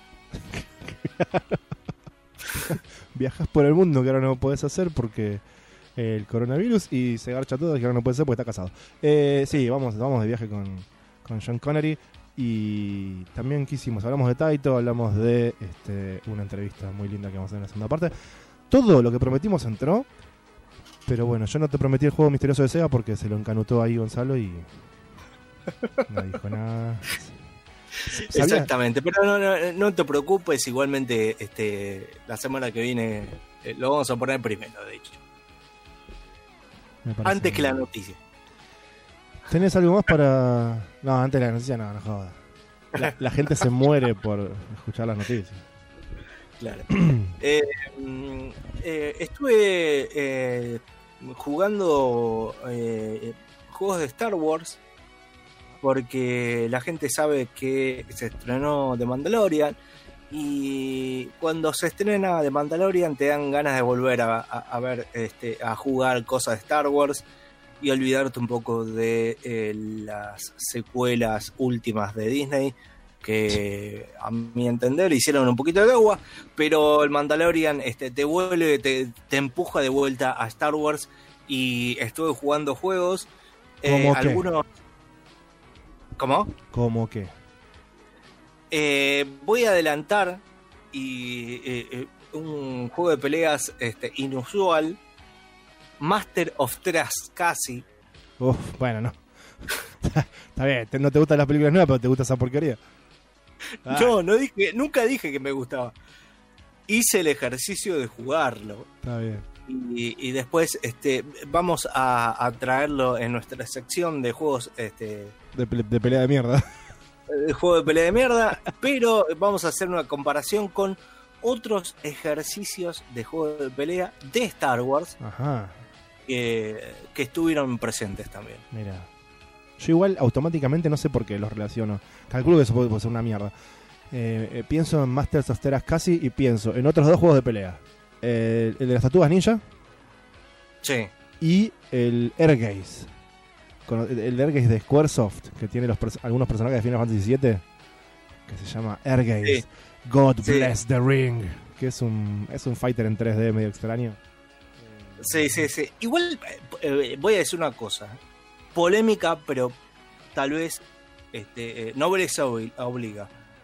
Viajas por el mundo que ahora no podés hacer porque el coronavirus y se garcha todo que ahora no puede ser porque está casado. Eh, sí, vamos, vamos de viaje con, con Sean Connery y también quisimos, hablamos de Taito, hablamos de este, una entrevista muy linda que vamos a hacer en la segunda parte. Todo lo que prometimos entró, pero bueno, yo no te prometí el juego misterioso de Sega porque se lo encanutó ahí Gonzalo y no dijo nada. ¿Sabía? Exactamente, pero no, no, no te preocupes, igualmente este, la semana que viene eh, lo vamos a poner primero, de hecho. Me parece Antes que la bien. noticia. ¿Tenés algo más para...? No, antes de la noticia no, no jodas. La, la gente se muere por escuchar las noticias. Claro. eh, mm, eh, estuve eh, jugando eh, juegos de Star Wars porque la gente sabe que se estrenó The Mandalorian y cuando se estrena The Mandalorian te dan ganas de volver a, a, a ver, este, a jugar cosas de Star Wars y olvidarte un poco de eh, las secuelas últimas de Disney que a mi entender hicieron un poquito de agua, pero el Mandalorian este, te vuelve, te, te empuja de vuelta a Star Wars y estuve jugando juegos eh, ¿Cómo qué? algunos. ¿Cómo? ¿Cómo qué? Eh, voy a adelantar y eh, eh, un juego de peleas este, inusual, Master of Trust casi. Uf, bueno, no. Está bien, te- no te gustan las películas nuevas, pero te gusta esa porquería. Ah, No, no dije, nunca dije que me gustaba. Hice el ejercicio de jugarlo Está bien. y, y después este, vamos a, a traerlo en nuestra sección de juegos, este, De, pe- de pelea de mierda. de juego de pelea de mierda, pero vamos a hacer una comparación con otros ejercicios de juego de pelea de Star Wars Ajá, que, que estuvieron presentes también. mira. Yo igual automáticamente no sé por qué los relaciono. Calculo que eso puede, puede ser una mierda. Eh, eh, pienso en Masters of Teras casi y pienso en otros dos juegos de pelea. Eh, el de las tortugas ninja Sí, y el Airgaze. Con- El el Airgaze de Squaresoft, que tiene los pers- algunos personajes de Final Fantasy siete, que se llama Airgaze. Sí. God Sí. Bless the Ring. Que es un, es un fighter en tres D medio extraño. sí, sí, sí. Igual eh, voy a decir una cosa. Polémica, pero tal vez este, eh, no les obli- obliga.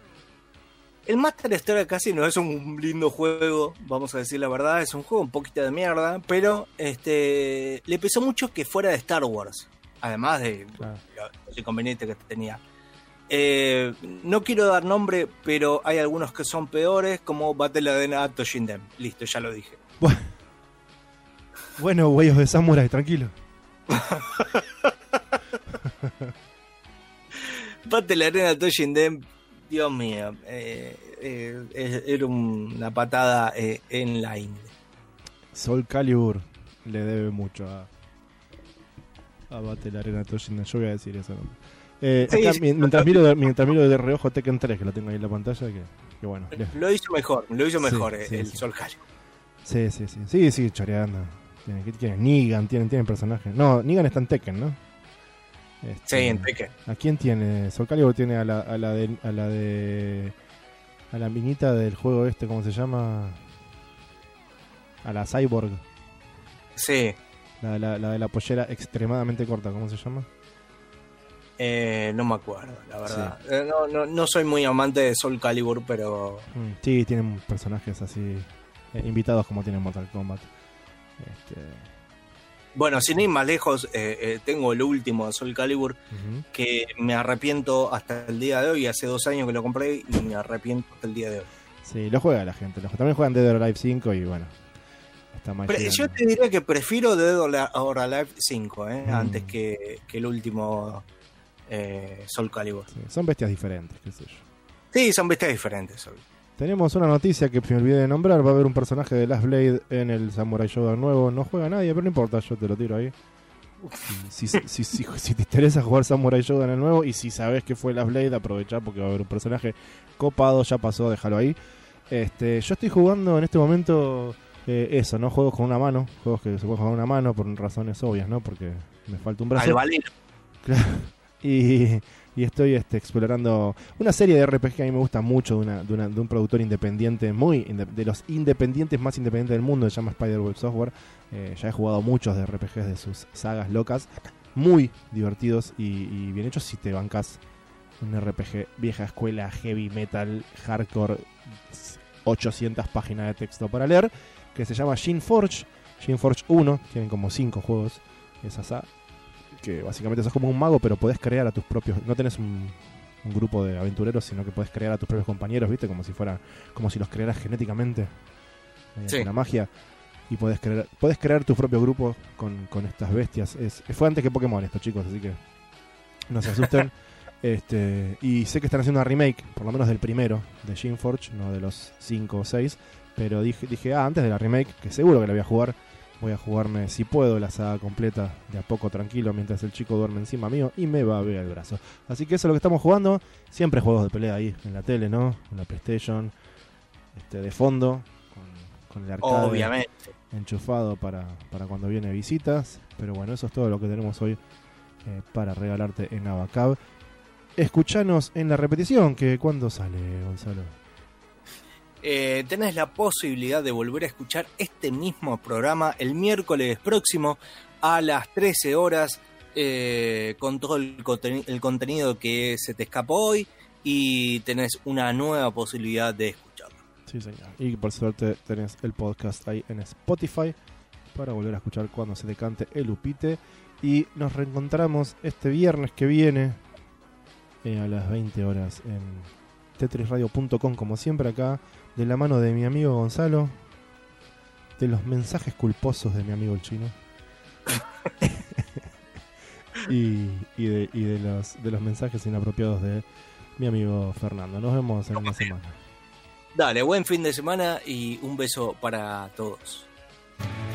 El Master Story casi no es un lindo juego, vamos a decir la verdad, es un juego un poquito de mierda, pero este le pesó mucho que fuera de Star Wars, además de Claro. los inconvenientes que tenía. Eh, no quiero dar nombre, pero hay algunos que son peores, como Battle Arena Toshinden. Listo, ya lo dije. Bueno, bueno, güeyos de Samurai, tranquilo. Battle Arena Toshinden, Dios mío, eh, eh, eh, era una patada eh, en la ingle. Soul Calibur le debe mucho a, a Battle Arena Toshinden. Yo voy a decir eso. ¿no? Eh, Sí, acá, sí. mi- mientras, miro de, mientras miro de reojo Tekken tres, que lo tengo ahí en la pantalla, que, que bueno. le- Lo hizo mejor, lo hizo Sí, mejor eh, sí, el sí. Soul Calibur. Sí, sí, sí. Sí, sí, choreando. Tiene, ¿qué tiene? Negan, tienen, tienen personajes. No, Negan está en Tekken, ¿no? Este, Sí, en Tekken. ¿A quién tiene? Soul Calibur tiene a la, a la de... A la de... A la minita del juego este, ¿cómo se llama? A la Cyborg. Sí, La, la, la de la pollera extremadamente corta, ¿cómo se llama? eh, no me acuerdo, la verdad. Eh, no, no, no soy muy amante de Soul Calibur, pero Mm, sí, tienen personajes así eh, invitados como tiene Mortal Kombat. Este, bueno, sin ir más lejos, eh, eh, tengo el último de Soul Calibur ujú. que me arrepiento hasta el día de hoy. Hace dos años que lo compré y me arrepiento hasta el día de hoy. Sí, lo juega la gente. Lo, también juegan Dead or Alive cinco y bueno, está más Pero llegando. yo te diría que prefiero Dead or Alive cinco, eh, Mm. antes que, que el último eh, Soul Calibur. Sí, son bestias diferentes, qué sé yo. Sí, son bestias diferentes. Soul. Tenemos una noticia que me olvidé de nombrar. Va a haber un personaje de Last Blade en el Samurai Shodown nuevo. No juega nadie, pero no importa, yo te lo tiro ahí. Si, si, si, si, si te interesa jugar Samurai Shodown en el nuevo y si sabes que fue Last Blade, aprovecha porque va a haber un personaje copado. Ya pasó, déjalo ahí. Este, yo estoy jugando en este momento eh, eso, ¿no? Juegos con una mano. Juegos que se pueden jugar con una mano por razones obvias, ¿no? Porque me falta un brazo. Al valero. Claro. Y, y estoy este, explorando una serie de R P G que a mí me gusta mucho, de, una, de, una, de un productor independiente, muy inde- de los independientes más independientes del mundo, se llama Spiderweb Software. Eh, ya he jugado muchos de R P Gs de sus sagas locas, muy divertidos y, y bien hechos si te bancas un R P G vieja escuela, heavy metal, hardcore, ochocientas páginas de texto para leer, que se llama Geneforge, Geneforge uno, tienen como cinco juegos, es así. Que básicamente sos como un mago, pero podés crear a tus propios... No tenés un, un grupo de aventureros, sino que podés crear a tus propios compañeros, ¿viste? Como si fuera... Como si los crearas genéticamente. Sí. Una magia. Y podés crear, podés crear tu propio grupo con, con estas bestias. Es, fue antes que Pokémon esto, chicos, así que... No se asusten. este Y sé que están haciendo una remake, por lo menos del primero, de Geneforge, no de los cinco o seis. Pero dije, dije, ah, antes de la remake, que seguro que la voy a jugar... Voy a jugarme, si puedo, la saga completa de a poco tranquilo mientras el chico duerme encima mío y me va a ver el brazo. Así que eso es lo que estamos jugando. Siempre juegos de pelea ahí en la tele, ¿no? En la PlayStation, este, de fondo, con, con el arcade Obviamente. enchufado para, para cuando viene visitas. Pero bueno, eso es todo lo que tenemos hoy eh, para regalarte en Abacab. Escuchanos en la repetición, que ¿cuándo sale, Gonzalo? Eh, tenés la posibilidad de volver a escuchar este mismo programa el miércoles próximo a las trece horas eh, con todo el, conten- el contenido que se te escapó hoy y tenés una nueva posibilidad de escucharlo. Sí, señor. Y por suerte tenés el podcast ahí en Spotify para volver a escuchar cuando se te cante el upite. Y nos reencontramos este viernes que viene eh, a las veinte horas en tetris radio punto com, como siempre acá, de la mano de mi amigo Gonzalo, de los mensajes culposos de mi amigo el chino y, y, de, y de, los, de los mensajes inapropiados de mi amigo Fernando. Nos vemos en una semana. Dale, buen fin de semana y un beso para todos.